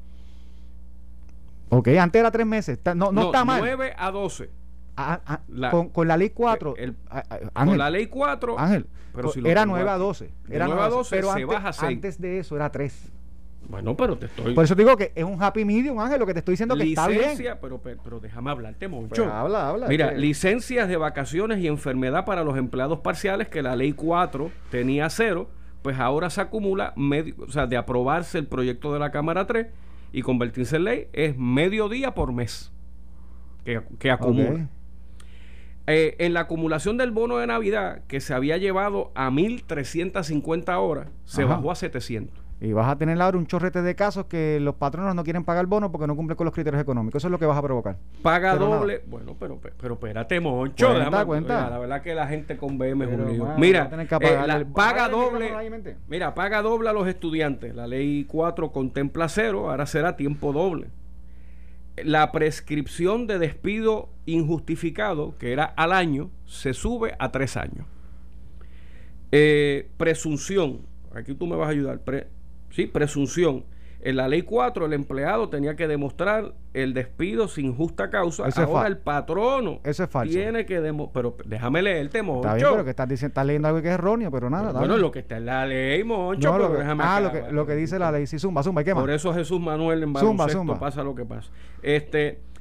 [SPEAKER 3] Ok, antes era tres meses, no, no, no está mal.
[SPEAKER 4] nueve a doce.
[SPEAKER 3] Ah, ah, la, con, con la ley cuatro
[SPEAKER 4] el,
[SPEAKER 3] ah, ah,
[SPEAKER 4] Ángel,
[SPEAKER 3] con
[SPEAKER 4] la ley cuatro
[SPEAKER 3] Ángel,
[SPEAKER 4] pero si
[SPEAKER 3] era nueve a doce, era
[SPEAKER 4] nueve a doce,
[SPEAKER 3] pero
[SPEAKER 4] se
[SPEAKER 3] antes,
[SPEAKER 4] baja a seis.
[SPEAKER 3] Antes de eso era tres.
[SPEAKER 4] Bueno, pero te estoy...
[SPEAKER 3] Por eso te digo que es un happy medium, Ángel, lo que te estoy diciendo que
[SPEAKER 4] licencia,
[SPEAKER 3] está bien.
[SPEAKER 4] Pero, pero, pero déjame hablarte mucho.
[SPEAKER 3] Pues habla, habla.
[SPEAKER 4] Mira,
[SPEAKER 3] que...
[SPEAKER 4] licencias de vacaciones y enfermedad para los empleados parciales, que la ley cuatro tenía cero, pues ahora se acumula, medio, o sea, de aprobarse el proyecto de la Cámara tres y convertirse en ley, es medio día por mes que, que acumula. Okay. Eh, en la acumulación del bono de Navidad, que se había llevado a mil trescientas cincuenta horas, se Ajá. bajó a setecientos.
[SPEAKER 3] Y vas a tener ahora un chorrete de casos que los patronos no quieren pagar el bono porque no cumplen con los criterios económicos. Eso es lo que vas a provocar.
[SPEAKER 4] Paga pero doble. Nada. Bueno, pero, pero, pero espérate, Moncho.
[SPEAKER 3] Cuenta,
[SPEAKER 4] déjame,
[SPEAKER 3] cuenta.
[SPEAKER 4] Mira, la verdad que la gente con B M es un lío.
[SPEAKER 3] Man,
[SPEAKER 4] mira, eh, la,
[SPEAKER 3] el...
[SPEAKER 4] paga doble. Mira, paga doble a los estudiantes. La ley cuatro contempla cero, ahora será tiempo doble. La prescripción de despido injustificado, que era al año, se sube a tres años. Eh, presunción. Aquí tú me vas a ayudar. Pre, sí, presunción. En la ley cuatro, el empleado tenía que demostrar el despido sin justa causa.
[SPEAKER 3] Eso
[SPEAKER 4] Ahora
[SPEAKER 3] es
[SPEAKER 4] el patrono
[SPEAKER 3] Eso es falso.
[SPEAKER 4] tiene que demostrar. Pero déjame leerte, Moncho.
[SPEAKER 3] Está bien, pero que estás, diciendo, estás leyendo algo que es erróneo, pero nada.
[SPEAKER 4] Pero, bueno, lo que está en la ley, Moncho.
[SPEAKER 3] No,
[SPEAKER 4] pero
[SPEAKER 3] lo que,
[SPEAKER 4] déjame
[SPEAKER 3] ah,
[SPEAKER 4] acá,
[SPEAKER 3] lo que, lo que dice la ley. Sí, zumba, zumba. ¿Y qué más?
[SPEAKER 4] Por eso Jesús Manuel en
[SPEAKER 3] zumba,
[SPEAKER 4] baloncesto
[SPEAKER 3] zumba.
[SPEAKER 4] pasa lo que pasa. Este,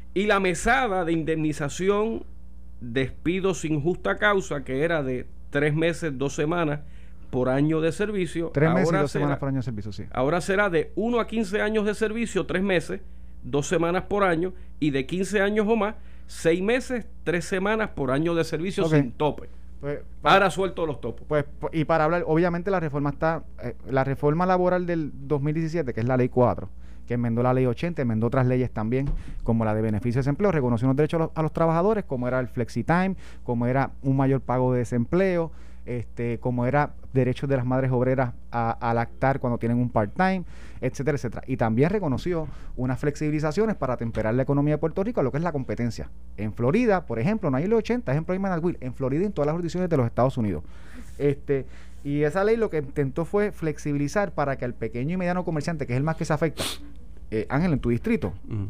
[SPEAKER 4] Y la mesada de indemnización, despido sin justa causa, que era de tres meses, dos semanas por año de servicio.
[SPEAKER 3] Tres meses y
[SPEAKER 4] ahora
[SPEAKER 3] dos
[SPEAKER 4] será,
[SPEAKER 3] semanas por año de servicio, sí.
[SPEAKER 4] Ahora será de uno a quince años de servicio, tres meses, dos semanas por año, y de quince años o más, seis meses, tres semanas por año de servicio
[SPEAKER 3] Ok.
[SPEAKER 4] sin tope.
[SPEAKER 3] Pues, para,
[SPEAKER 4] Ahora suelto los topos.
[SPEAKER 3] pues, po- y para hablar, obviamente la reforma está, eh, la reforma laboral del dos mil diecisiete, que es la ley cuatro, que enmendó la ley ochenta, enmendó otras leyes también, como la de beneficio de desempleo, reconoció unos derechos a los, a los trabajadores, como era el flexitime, como era un mayor pago de desempleo, este, como era derechos de las madres obreras a, a lactar cuando tienen un part-time, etcétera, etcétera. Y también reconoció unas flexibilizaciones para temperar la economía de Puerto Rico a lo que es la competencia. En Florida, por ejemplo, no hay ley ochenta, es Employment at Will, en Florida y en todas las jurisdicciones de los Estados Unidos. Este, y esa ley lo que intentó fue flexibilizar para que al pequeño y mediano comerciante, que es el más que se afecta, eh, Ángel, en tu distrito,
[SPEAKER 4] Mm.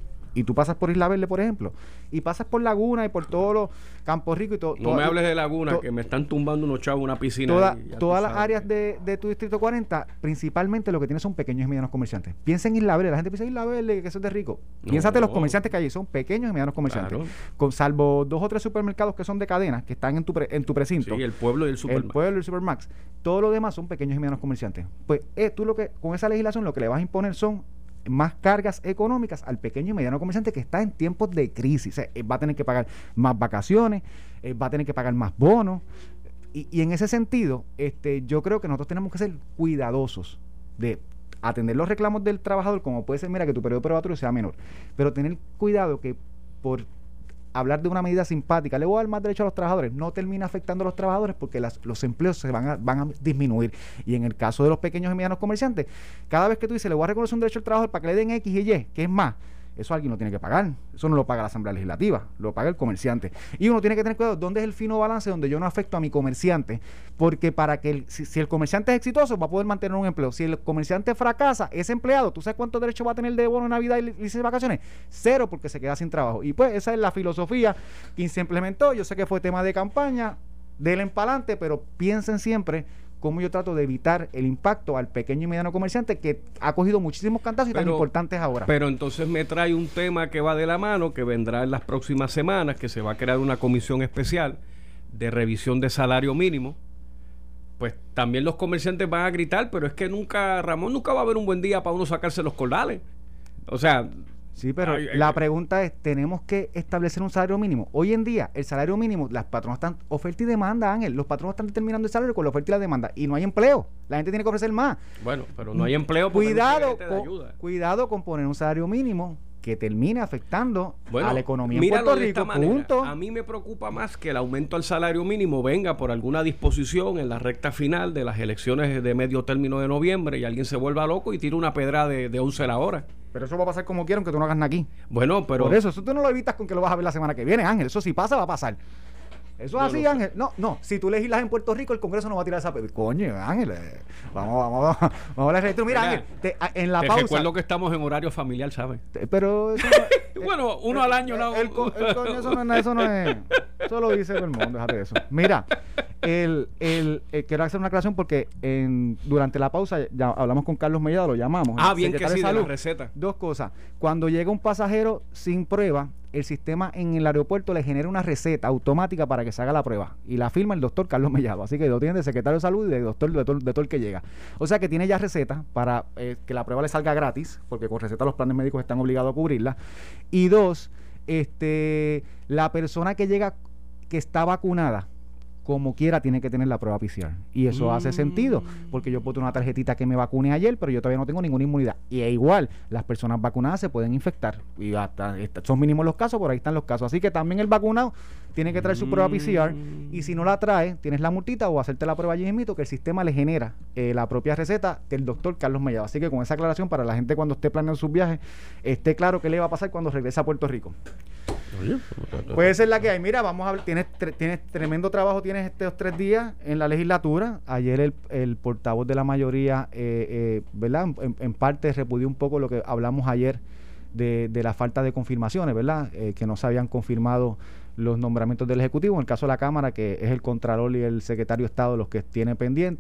[SPEAKER 3] y tú pasas por Isla Verde, por ejemplo, y pasas por Laguna y por todos los Campos Ricos y todo.
[SPEAKER 4] No me hables de Laguna,
[SPEAKER 3] to-
[SPEAKER 4] que me están tumbando unos chavos una piscina.
[SPEAKER 3] Toda-
[SPEAKER 4] ahí, ya tú
[SPEAKER 3] todas las
[SPEAKER 4] sabes.
[SPEAKER 3] áreas de, de tu distrito cuarenta, principalmente lo que tienen son pequeños y medianos comerciantes. Piensa en Isla Verde, la gente piensa en Isla Verde, que eso es de rico.
[SPEAKER 4] No.
[SPEAKER 3] Piénsate los comerciantes que hay, son pequeños y medianos comerciantes.
[SPEAKER 4] Claro.
[SPEAKER 3] Con salvo dos o tres supermercados que son de cadenas, que están en tu, pre- en tu precinto.
[SPEAKER 4] Sí, el pueblo y el
[SPEAKER 3] El
[SPEAKER 4] Superman.
[SPEAKER 3] pueblo y el Supermax. Todo lo demás son pequeños y medianos comerciantes. Pues eh, tú lo que, con esa legislación lo que le vas a imponer son más cargas económicas al pequeño y mediano comerciante que está en tiempos de crisis. O sea, él va a tener que pagar más vacaciones, él va a tener que pagar más bonos. Y, y en ese sentido, este, yo creo que nosotros tenemos que ser cuidadosos de atender los reclamos del trabajador, como puede ser, mira, que tu periodo probatorio sea menor. Pero tener cuidado que por hablar de una medida simpática, le voy a dar más derecho a los trabajadores, no termina afectando a los trabajadores porque las, los empleos se van a, van a disminuir. Y en el caso de los pequeños y medianos comerciantes, cada vez que tú dices, le voy a reconocer un derecho al trabajador para que le den X y Y, que es más, eso alguien lo tiene que pagar. Eso no lo paga la Asamblea Legislativa, lo paga el comerciante. Y uno tiene que tener cuidado, ¿dónde es el fino balance donde yo no afecto a mi comerciante? Porque para que el, si, si el comerciante es exitoso, va a poder mantener un empleo. Si el comerciante fracasa, ese empleado, ¿tú sabes cuántos derechos va a tener de bono de Navidad y licencia de vacaciones? Cero, porque se queda sin trabajo. Y pues esa es la filosofía que se implementó. Yo sé que fue tema de campaña, del empalante, pero piensen siempre cómo yo trato de evitar el impacto al pequeño y mediano comerciante que ha cogido muchísimos cantazos y tan
[SPEAKER 4] Pero-
[SPEAKER 3] importantes ahora.
[SPEAKER 4] Pero entonces me trae un tema que va de la mano, que vendrá en las próximas semanas, que se va a crear una comisión especial de revisión de salario mínimo. Pues también los comerciantes van a gritar, pero es que nunca, Ramón, nunca va a haber un buen día para uno sacarse los cordales. O sea,
[SPEAKER 3] Sí, pero
[SPEAKER 4] Ay, ay,
[SPEAKER 3] la
[SPEAKER 4] ay.
[SPEAKER 3] pregunta es, ¿tenemos que establecer un salario mínimo? Hoy en día, el salario mínimo, las patronas están, oferta y demanda, Ángel, los patronos están determinando el salario con la oferta y la demanda, y no hay empleo, la gente tiene que ofrecer más.
[SPEAKER 4] bueno, pero no hay empleo porque no
[SPEAKER 3] Cuidado,
[SPEAKER 4] hay gerente de
[SPEAKER 3] con,
[SPEAKER 4] ayuda.
[SPEAKER 3] cuidado con poner un salario mínimo que termine afectando
[SPEAKER 4] Bueno,
[SPEAKER 3] a la economía en
[SPEAKER 4] míralo
[SPEAKER 3] Puerto
[SPEAKER 4] de esta
[SPEAKER 3] Rico,
[SPEAKER 4] manera.
[SPEAKER 3] punto.
[SPEAKER 4] A mí me preocupa más que el aumento al salario mínimo venga por alguna disposición en la recta final de las elecciones de medio término de noviembre y alguien se vuelva loco y tire una pedra de, de once la hora.
[SPEAKER 3] Pero eso va a pasar como quieran, que tú no hagas nada aquí.
[SPEAKER 4] Bueno, pero...
[SPEAKER 3] Por eso, eso tú no lo evitas con que lo vas a ver la semana que viene, Ángel. Eso si pasa, va a pasar. Eso es
[SPEAKER 4] Yo
[SPEAKER 3] así,
[SPEAKER 4] no sé.
[SPEAKER 3] Ángel. No, no. Si tú legislas en Puerto Rico, el Congreso no va a tirar esa... pe- Coño, Ángel. eh, Vamos, vamos, vamos a hablar de esto. Mira,
[SPEAKER 4] Mira,
[SPEAKER 3] Ángel, te- a- en la
[SPEAKER 4] Te
[SPEAKER 3] pausa...
[SPEAKER 4] recuerdo que estamos en horario familiar, ¿sabes?
[SPEAKER 3] te- Pero... eso no-
[SPEAKER 4] Bueno, uno al año, ¿no?
[SPEAKER 3] El, co- el coño, eso no, es nada, eso no es... Eso lo dice todo el mundo, déjate de eso. Mira, el, el, eh, quiero hacer una aclaración porque en, durante la pausa ya hablamos con Carlos Mellado, lo llamamos.
[SPEAKER 4] Ah,
[SPEAKER 3] el
[SPEAKER 4] bien que
[SPEAKER 3] secretario
[SPEAKER 4] sí,
[SPEAKER 3] de
[SPEAKER 4] de la
[SPEAKER 3] Salud.
[SPEAKER 4] receta.
[SPEAKER 3] Dos cosas. Cuando llega un pasajero sin prueba, el sistema en el aeropuerto le genera una receta automática para que se haga la prueba. Y la firma el doctor Carlos Mellado. Así que lo tiene de secretario de salud y de doctor, de todo, de todo el que llega. O sea que tiene ya receta para eh, que la prueba le salga gratis, porque con receta los planes médicos están obligados a cubrirla. Y dos, este, la persona que llega que está vacunada, como quiera tiene que tener la prueba P C R. Y eso
[SPEAKER 4] Mm.
[SPEAKER 3] hace sentido, porque yo puedo tener una tarjetita que me vacune ayer, pero yo todavía no tengo ninguna inmunidad. Y es igual, las personas vacunadas se pueden infectar. Y hasta, esta- son mínimos los casos, por ahí están los casos. Así que también el vacunado tiene que traer su prueba P C R. Y si no la trae, tienes la multita o hacerte la prueba allí mismo, que el sistema le genera eh, la propia receta del doctor Carlos Mellado. Así que con esa aclaración, para la gente cuando esté planeando sus viajes, esté claro qué le va a pasar cuando regrese a Puerto Rico. Puede ser la que hay. Mira, vamos a ver, tienes, tre- tienes tremendo trabajo, tienes estos tres días en la legislatura. Ayer el, el portavoz de la mayoría, eh, eh, ¿verdad? En, en parte repudió un poco lo que hablamos ayer de, de la falta de confirmaciones, ¿verdad? Eh, que no se habían confirmado los nombramientos del Ejecutivo. En el caso de la Cámara, que es el Contralor y el Secretario de Estado los que tienen pendiente,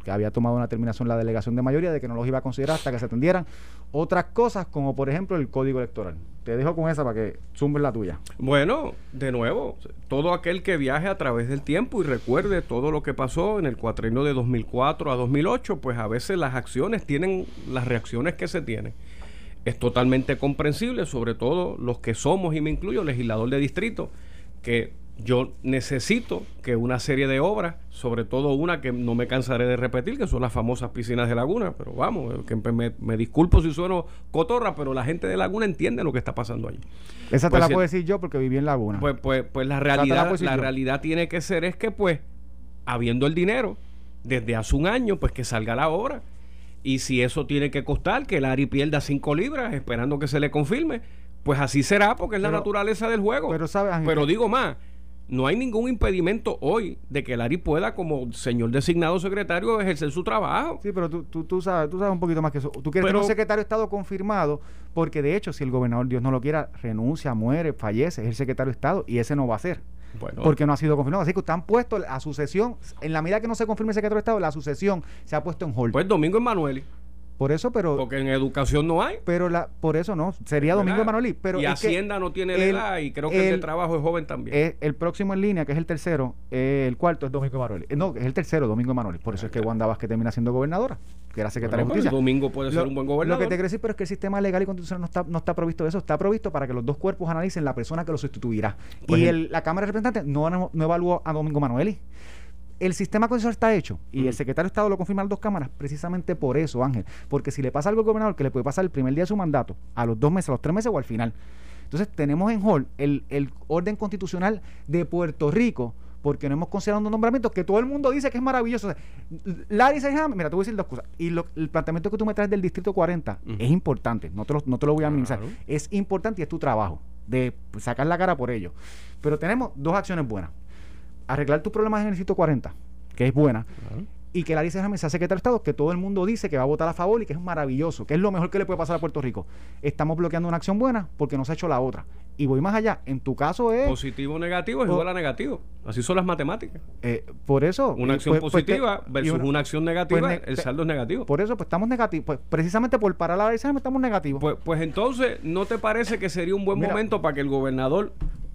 [SPEAKER 3] que había tomado una determinación la delegación de mayoría de que no los iba a considerar hasta que se atendieran otras cosas, como por ejemplo el código electoral. Te dejo con esa para que zumbes la tuya.
[SPEAKER 4] Bueno, de nuevo, todo aquel que viaje a través del tiempo y recuerde todo lo que pasó en el cuatrienio de dos mil cuatro a dos mil ocho, pues a veces las acciones tienen las reacciones que se tienen. Es totalmente comprensible, sobre todo los que somos, y me incluyo, legislador de distrito, que yo necesito que una serie de obras, sobre todo una que no me cansaré de repetir, que son las famosas piscinas de Laguna, pero vamos, que me, me disculpo si sueno cotorra, pero la gente de Laguna entiende lo que está pasando allí.
[SPEAKER 3] Esa te
[SPEAKER 4] Pues
[SPEAKER 3] la
[SPEAKER 4] si-
[SPEAKER 3] puedo decir yo porque viví en Laguna.
[SPEAKER 4] Pues, pues, pues la
[SPEAKER 3] te la
[SPEAKER 4] realidad,
[SPEAKER 3] puedo decir
[SPEAKER 4] la
[SPEAKER 3] yo.
[SPEAKER 4] realidad tiene que ser es que, pues, habiendo el dinero desde hace un año, pues que salga la obra. Y si eso tiene que costar que el Ari pierda cinco libras esperando que se le confirme, pues así será, porque es la
[SPEAKER 3] Pero-
[SPEAKER 4] naturaleza del juego.
[SPEAKER 3] pero, ¿sabes, Ángel?
[SPEAKER 4] Pero digo más, no hay ningún impedimento hoy de que el Ari pueda, como señor designado secretario, ejercer su trabajo.
[SPEAKER 3] Sí, pero tú, tú, tú, sabes, tú sabes un poquito más que eso. Tú quieres
[SPEAKER 4] Pero-
[SPEAKER 3] tener un secretario de Estado confirmado, porque de hecho, si el gobernador, Dios no lo quiera, renuncia, muere, fallece, es el secretario de Estado, y ese no va a ser.
[SPEAKER 4] Bueno,
[SPEAKER 3] Porque no ha sido confirmado. Así que usted han puesto a sucesión, en la medida que no se confirme el secretario de Estado, la sucesión se ha puesto en hold.
[SPEAKER 4] pues Domingo Emanueli,
[SPEAKER 3] por eso, pero
[SPEAKER 4] porque en educación no hay.
[SPEAKER 3] pero la por eso no, sería Domingo
[SPEAKER 4] ¿verdad?
[SPEAKER 3] Emanueli. Pero
[SPEAKER 4] y
[SPEAKER 3] es que
[SPEAKER 4] Hacienda no tiene la
[SPEAKER 3] el-
[SPEAKER 4] edad, y creo que el, de
[SPEAKER 3] el-
[SPEAKER 4] trabajo es joven también.
[SPEAKER 3] es el próximo en línea, que es el tercero, eh, el cuarto es Domingo Emanueli. Eh, No, es el tercero, Domingo Emanueli. Por eso es que Wanda Vázquez termina siendo gobernadora, que era secretaria
[SPEAKER 4] Bueno,
[SPEAKER 3] de Justicia.
[SPEAKER 4] pues, Domingo puede ser
[SPEAKER 3] Lo-
[SPEAKER 4] un buen
[SPEAKER 3] Lo
[SPEAKER 4] gobernador.
[SPEAKER 3] que te quiero decir, pero es que el sistema legal y constitucional no está, no está provisto de eso. Está provisto para que los dos cuerpos analicen la persona que lo sustituirá.
[SPEAKER 4] Pues
[SPEAKER 3] y
[SPEAKER 4] en-
[SPEAKER 3] el- la Cámara de Representantes no, no, no evaluó a Domingo Emanueli. El sistema constitucional está hecho y
[SPEAKER 4] Mm.
[SPEAKER 3] el secretario de Estado lo confirma a las dos cámaras precisamente por eso, Ángel. Porque si le pasa algo al gobernador, que le puede pasar el primer día de su mandato, a los dos meses, a los tres meses o al final. Entonces tenemos en hold el, el orden constitucional de Puerto Rico, porque no hemos considerado un nombramiento que todo el mundo dice que es maravilloso. O sea, Larry Selhammer, mira, te voy a decir dos cosas. Y lo- el planteamiento que tú me traes del Distrito cuarenta
[SPEAKER 4] Ujú.
[SPEAKER 3] es importante, no te lo, no te lo voy a minimizar.
[SPEAKER 4] Claro.
[SPEAKER 3] Es importante y es tu trabajo de pues, sacar la cara por ello. Pero tenemos dos acciones buenas. Arreglar tus problemas en el Distrito cuarenta, que es buena,
[SPEAKER 4] Ajá.
[SPEAKER 3] y que Larry Selhammer sea secretario de Estado, que todo el mundo dice que va a votar a favor y que es maravilloso, que es lo mejor que le puede pasar a Puerto Rico. Estamos bloqueando una acción buena porque no se ha hecho la otra. Y voy más allá. En tu caso es...
[SPEAKER 4] Positivo o negativo es
[SPEAKER 3] Oh.
[SPEAKER 4] igual a negativo. Así son las matemáticas.
[SPEAKER 3] eh, por eso...
[SPEAKER 4] Una
[SPEAKER 3] y,
[SPEAKER 4] acción
[SPEAKER 3] pues, pues,
[SPEAKER 4] positiva
[SPEAKER 3] te- y
[SPEAKER 4] versus
[SPEAKER 3] una-
[SPEAKER 4] una, acción negativa,
[SPEAKER 3] pues, ne-
[SPEAKER 4] el
[SPEAKER 3] te-
[SPEAKER 4] saldo es negativo.
[SPEAKER 3] Por eso, pues estamos negativos. Pues precisamente por parar a Larry Selhammer estamos negativos.
[SPEAKER 4] Pues, pues entonces, ¿no te parece que sería un buen
[SPEAKER 3] Mira.
[SPEAKER 4] momento para que el gobernador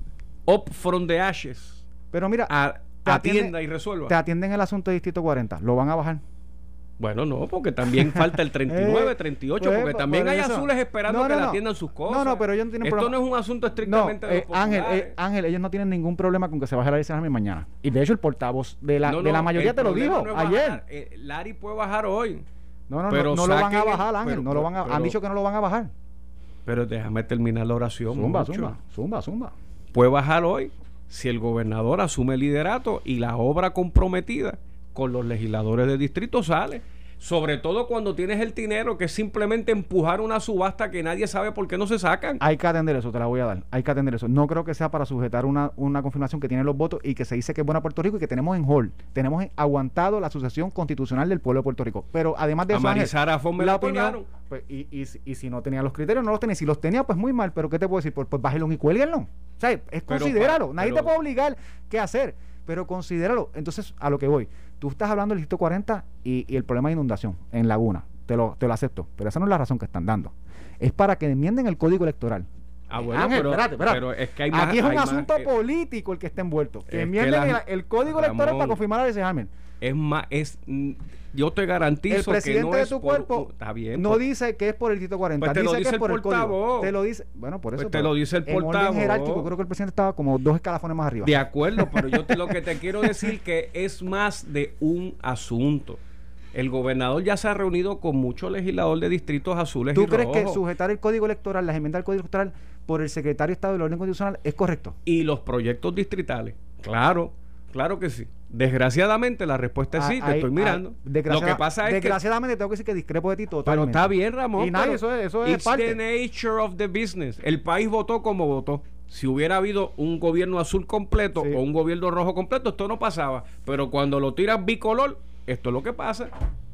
[SPEAKER 4] up from the ashes
[SPEAKER 3] Pero mira,
[SPEAKER 4] a-
[SPEAKER 3] te
[SPEAKER 4] atienda
[SPEAKER 3] atiende-
[SPEAKER 4] y resuelva?
[SPEAKER 3] te atienden el asunto de Distrito cuarenta. ¿Lo van a bajar?
[SPEAKER 4] Bueno, no, porque también falta el treinta y nueve,
[SPEAKER 3] Eh,
[SPEAKER 4] treinta y ocho,
[SPEAKER 3] pues,
[SPEAKER 4] porque
[SPEAKER 3] por-
[SPEAKER 4] también
[SPEAKER 3] por
[SPEAKER 4] hay
[SPEAKER 3] eso.
[SPEAKER 4] azules esperando
[SPEAKER 3] No,
[SPEAKER 4] que
[SPEAKER 3] no,
[SPEAKER 4] le
[SPEAKER 3] no.
[SPEAKER 4] atiendan sus cosas.
[SPEAKER 3] No, no, pero ellos no tienen
[SPEAKER 4] Esto
[SPEAKER 3] problema.
[SPEAKER 4] no es un asunto
[SPEAKER 3] No,
[SPEAKER 4] estrictamente de
[SPEAKER 3] eh,
[SPEAKER 4] los
[SPEAKER 3] Ángel,
[SPEAKER 4] populares.
[SPEAKER 3] eh, Ángel, ellos no tienen ningún problema con que se baje Larry Selhammer mañana. Y de hecho el portavoz de la,
[SPEAKER 4] No,
[SPEAKER 3] de la
[SPEAKER 4] no,
[SPEAKER 3] mayoría
[SPEAKER 4] el
[SPEAKER 3] te lo
[SPEAKER 4] problema
[SPEAKER 3] dijo
[SPEAKER 4] no es
[SPEAKER 3] ayer.
[SPEAKER 4] bajar. Eh, Larry puede bajar hoy.
[SPEAKER 3] No, no,
[SPEAKER 4] Pero
[SPEAKER 3] no, no lo van a
[SPEAKER 4] saquen el-
[SPEAKER 3] bajar, Ángel.
[SPEAKER 4] pero-
[SPEAKER 3] no lo van a,
[SPEAKER 4] pero-
[SPEAKER 3] han dicho que no lo van a bajar.
[SPEAKER 4] Pero déjame terminar la oración.
[SPEAKER 3] Zumba,
[SPEAKER 4] mucho.
[SPEAKER 3] zumba, zumba, zumba.
[SPEAKER 4] Puede bajar hoy si el gobernador asume el liderato y la obra comprometida con los legisladores del distrito sale. Sobre todo cuando tienes el dinero, que es simplemente empujar una subasta que nadie sabe por qué no se sacan.
[SPEAKER 3] Hay que atender eso, te la voy a dar. Hay que atender eso. No creo que sea para sujetar una, una confirmación que tiene los votos y que se dice que es buena Puerto Rico y que tenemos en hold. Tenemos en- aguantado la sucesión constitucional del pueblo de Puerto Rico. Pero además de
[SPEAKER 4] A
[SPEAKER 3] eso, Ángel,
[SPEAKER 4] Marisara Fon me
[SPEAKER 3] la
[SPEAKER 4] la
[SPEAKER 3] opinión,
[SPEAKER 4] otorgaron.
[SPEAKER 3] pues, y, y, si- y si no tenía los criterios, no los tenía. Si los tenía, pues muy mal. Pero ¿qué te puedo decir? Pues, pues bájelo y cuélguenlo. O sea, es
[SPEAKER 4] Pero
[SPEAKER 3] considéralo.
[SPEAKER 4] pa-
[SPEAKER 3] Nadie
[SPEAKER 4] pero-
[SPEAKER 3] te puede obligar qué hacer. Pero considéralo. Entonces, a lo que voy. Tú estás hablando del Distrito cuarenta y, y el problema de inundación en Laguna. Te lo, te lo acepto. Pero esa no es la razón que están dando. Es para que enmienden el Código Electoral.
[SPEAKER 4] Ah, bueno,
[SPEAKER 3] Ángel,
[SPEAKER 4] pero,
[SPEAKER 3] espérate, espérate.
[SPEAKER 4] pero es que hay más.
[SPEAKER 3] Aquí es un
[SPEAKER 4] hay más
[SPEAKER 3] asunto
[SPEAKER 4] que-
[SPEAKER 3] político el que está envuelto.
[SPEAKER 4] Es
[SPEAKER 3] Que
[SPEAKER 4] que
[SPEAKER 3] enmienden
[SPEAKER 4] la-
[SPEAKER 3] el, el Código Electoral
[SPEAKER 4] Ramón,
[SPEAKER 3] para confirmar a ese Hammer.
[SPEAKER 4] Es más, es. mm, Yo te garantizo
[SPEAKER 3] El presidente
[SPEAKER 4] que no
[SPEAKER 3] de
[SPEAKER 4] es
[SPEAKER 3] tu
[SPEAKER 4] por-
[SPEAKER 3] cuerpo
[SPEAKER 4] Está bien.
[SPEAKER 3] no
[SPEAKER 4] por-
[SPEAKER 3] dice que es por el Distrito cuarenta,
[SPEAKER 4] Pues te lo
[SPEAKER 3] dice
[SPEAKER 4] dice
[SPEAKER 3] que es
[SPEAKER 4] el
[SPEAKER 3] por el Código.
[SPEAKER 4] portavoz.
[SPEAKER 3] Te lo dice, bueno, por eso.
[SPEAKER 4] Pues te
[SPEAKER 3] pero
[SPEAKER 4] lo dice el
[SPEAKER 3] en orden
[SPEAKER 4] portavoz.
[SPEAKER 3] jerárquico, creo que el presidente estaba como dos escalafones más arriba.
[SPEAKER 4] De acuerdo, pero yo te, lo que te quiero decir que es más de un asunto. El gobernador ya se ha reunido con muchos legisladores de distritos azules
[SPEAKER 3] ¿Tú
[SPEAKER 4] y
[SPEAKER 3] crees que
[SPEAKER 4] rojos.
[SPEAKER 3] sujetar el Código Electoral, las enmiendas al Código Electoral por el secretario de Estado del Orden Constitucional es correcto?
[SPEAKER 4] Y los proyectos distritales. Claro, claro que sí. Desgraciadamente la respuesta es sí,
[SPEAKER 3] Ah,
[SPEAKER 4] te
[SPEAKER 3] ahí-
[SPEAKER 4] estoy
[SPEAKER 3] ah,
[SPEAKER 4] mirando. Lo
[SPEAKER 3] desgraciada-
[SPEAKER 4] que pasa es que...
[SPEAKER 3] desgraciadamente tengo que decir que discrepo de ti
[SPEAKER 4] Pero
[SPEAKER 3] totalmente.
[SPEAKER 4] está bien, Ramón.
[SPEAKER 3] Y nadie,
[SPEAKER 4] pero
[SPEAKER 3] eso es, eso es
[SPEAKER 4] it's
[SPEAKER 3] parte.
[SPEAKER 4] the nature of the business. El país votó como votó. Si hubiera habido un gobierno azul completo
[SPEAKER 3] Sí.
[SPEAKER 4] o un gobierno rojo completo, esto no pasaba. Pero cuando lo tiras bicolor, esto es lo que pasa.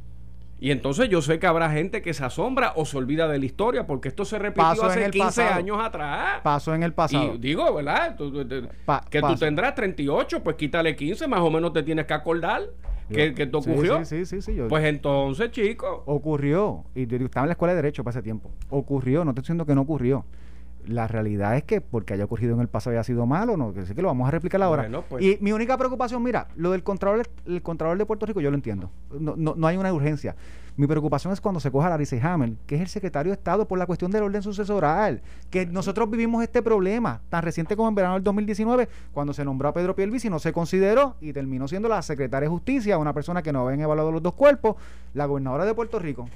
[SPEAKER 4] Y entonces yo sé que habrá gente que se asombra o se olvida de la historia, porque esto se repitió
[SPEAKER 3] Pasó en
[SPEAKER 4] hace
[SPEAKER 3] el
[SPEAKER 4] quince
[SPEAKER 3] pasado.
[SPEAKER 4] años atrás.
[SPEAKER 3] Pasó en el pasado.
[SPEAKER 4] Y digo, ¿verdad? Tú- tú- tú-
[SPEAKER 3] Pa-
[SPEAKER 4] que tú
[SPEAKER 3] pasó.
[SPEAKER 4] tendrás treinta y ocho, pues quítale quince, más o menos te tienes que acordar. que, que te ocurrió.
[SPEAKER 3] Sí, sí, sí, sí, sí, yo-
[SPEAKER 4] Pues entonces, chicos,
[SPEAKER 3] ocurrió, y yo estaba en la escuela de Derecho para ese tiempo, ocurrió, no estoy diciendo que no ocurrió. La realidad es que porque haya ocurrido en el pasado haya sido malo, no, que sí que lo vamos a replicar ahora.
[SPEAKER 4] Bueno, pues.
[SPEAKER 3] Y mi única preocupación, mira, lo del Contralor, el Contralor de Puerto Rico, yo lo entiendo. No, no, no hay una urgencia. Mi preocupación es cuando se coja a Larry Selhammer, que es el secretario de Estado por la cuestión del orden sucesoral, que nosotros vivimos este problema tan reciente como en verano del dos mil diecinueve, cuando se nombró a Pedro Pierluisi, no se consideró y terminó siendo la secretaria de Justicia, una persona que no habían evaluado los dos cuerpos, la gobernadora de Puerto Rico.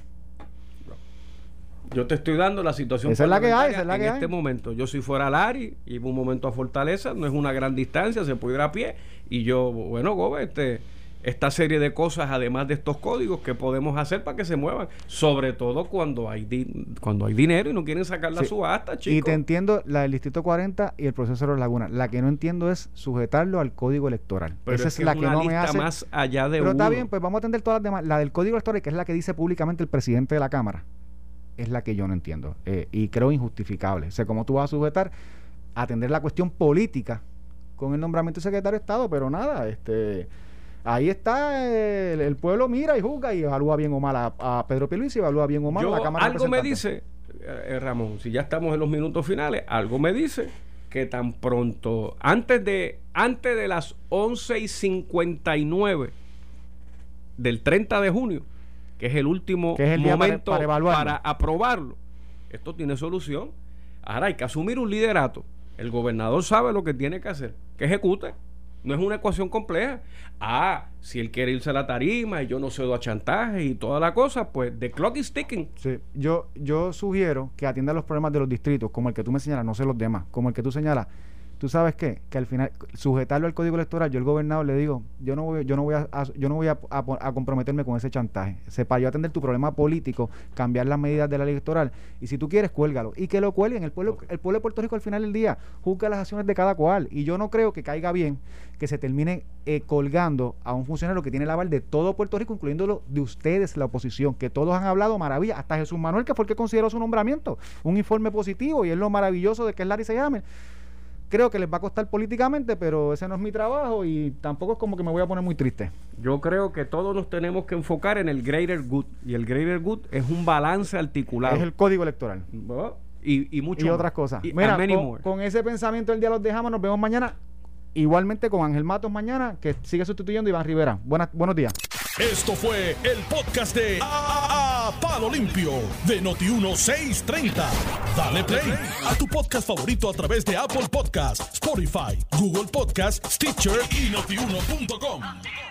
[SPEAKER 4] Yo te estoy dando la situación
[SPEAKER 3] Esa es la que hay,
[SPEAKER 4] parlamentaria
[SPEAKER 3] esa es la
[SPEAKER 4] en
[SPEAKER 3] que
[SPEAKER 4] este
[SPEAKER 3] hay.
[SPEAKER 4] momento. Yo si fuera Lari, iba un momento a Fortaleza, no es una gran distancia, se puede ir a pie. Y yo, bueno, Gobe, este, esta serie de cosas, además de estos códigos, que podemos hacer para que se muevan. Sobre todo cuando hay di- cuando hay dinero y no quieren sacar la
[SPEAKER 3] Sí.
[SPEAKER 4] subasta, chicos.
[SPEAKER 3] Y te entiendo la del Distrito cuarenta y el proceso de los Lagunas. La que no entiendo es sujetarlo al Código Electoral.
[SPEAKER 4] Pero
[SPEAKER 3] Esa
[SPEAKER 4] es
[SPEAKER 3] es,
[SPEAKER 4] que
[SPEAKER 3] la
[SPEAKER 4] es
[SPEAKER 3] que
[SPEAKER 4] una
[SPEAKER 3] no me
[SPEAKER 4] lista
[SPEAKER 3] hace...
[SPEAKER 4] más allá de
[SPEAKER 3] Pero está
[SPEAKER 4] uno.
[SPEAKER 3] bien, pues vamos a atender todas las demás. La del Código Electoral, que es la que dice públicamente el presidente de la Cámara, es la que yo no entiendo. Eh, y creo injustificable. O sea, ¿cómo tú vas a sujetar a atender la cuestión política con el nombramiento de secretario de Estado? Pero nada, este... Ahí está, eh, el, el pueblo mira y juzga y evalúa bien o mal a, a Pedro Pierluisi, evalúa bien o mal
[SPEAKER 4] Yo-
[SPEAKER 3] a la Cámara de
[SPEAKER 4] algo me
[SPEAKER 3] Representantes.
[SPEAKER 4] dice, eh, Ramón, si ya estamos en los minutos finales, algo me dice que tan pronto, antes de, antes de las once y cincuenta y nueve del treinta de junio, que es el último
[SPEAKER 3] Que es el día para-
[SPEAKER 4] momento
[SPEAKER 3] para evaluarlo.
[SPEAKER 4] para aprobarlo, esto tiene solución. Ahora hay que asumir un liderato. El gobernador sabe lo que tiene que hacer, que ejecute. No es una ecuación compleja. Ah, si él quiere irse a la tarima y yo no cedo a chantaje y toda la cosa, pues the clock is ticking.
[SPEAKER 3] Sí, yo, yo sugiero que atienda los problemas de los distritos, como el que tú me señalas, no sé los demás, como el que tú señalas. Tú sabes qué, que al final sujetarlo al Código Electoral, yo el gobernador le digo, yo no voy, yo no voy a, a- yo no voy a, a, a comprometerme con ese chantaje. Se para yo atender tu problema político, cambiar las medidas de la ley electoral, y si tú quieres, cuélgalo. Y que lo cuelguen. El pueblo,
[SPEAKER 4] Ok.
[SPEAKER 3] el pueblo de Puerto Rico al final del día juzga las acciones de cada cual. Y yo no creo que caiga bien que se termine eh, colgando a un funcionario que tiene el aval de todo Puerto Rico, incluyéndolo de ustedes, la oposición, que todos han hablado maravilla, hasta Jesús Manuel, que fue el que consideró su nombramiento, un informe positivo, y es lo maravilloso de que es Larry Selhammer. Creo que les va a costar políticamente, pero ese no es mi trabajo y tampoco es como que me voy a poner muy triste.
[SPEAKER 4] Yo creo que todos nos tenemos que enfocar en el greater good. Y el greater good es un balance articulado.
[SPEAKER 3] Es el Código Electoral.
[SPEAKER 4] ¿no? Y, y mucho
[SPEAKER 3] Y
[SPEAKER 4] más.
[SPEAKER 3] otras cosas.
[SPEAKER 4] Y-
[SPEAKER 3] Mira,
[SPEAKER 4] and many
[SPEAKER 3] con,
[SPEAKER 4] more.
[SPEAKER 3] con ese pensamiento el día los dejamos, nos vemos mañana. Igualmente con Ángel Matos mañana, que sigue sustituyendo a Iván Rivera. Buenas, buenos días.
[SPEAKER 1] Esto fue el podcast de A, A Palo Limpio de Noti uno seiscientos treinta. Dale play a tu podcast favorito a través de Apple Podcasts, Spotify, Google Podcasts, Stitcher y noти uno punto com.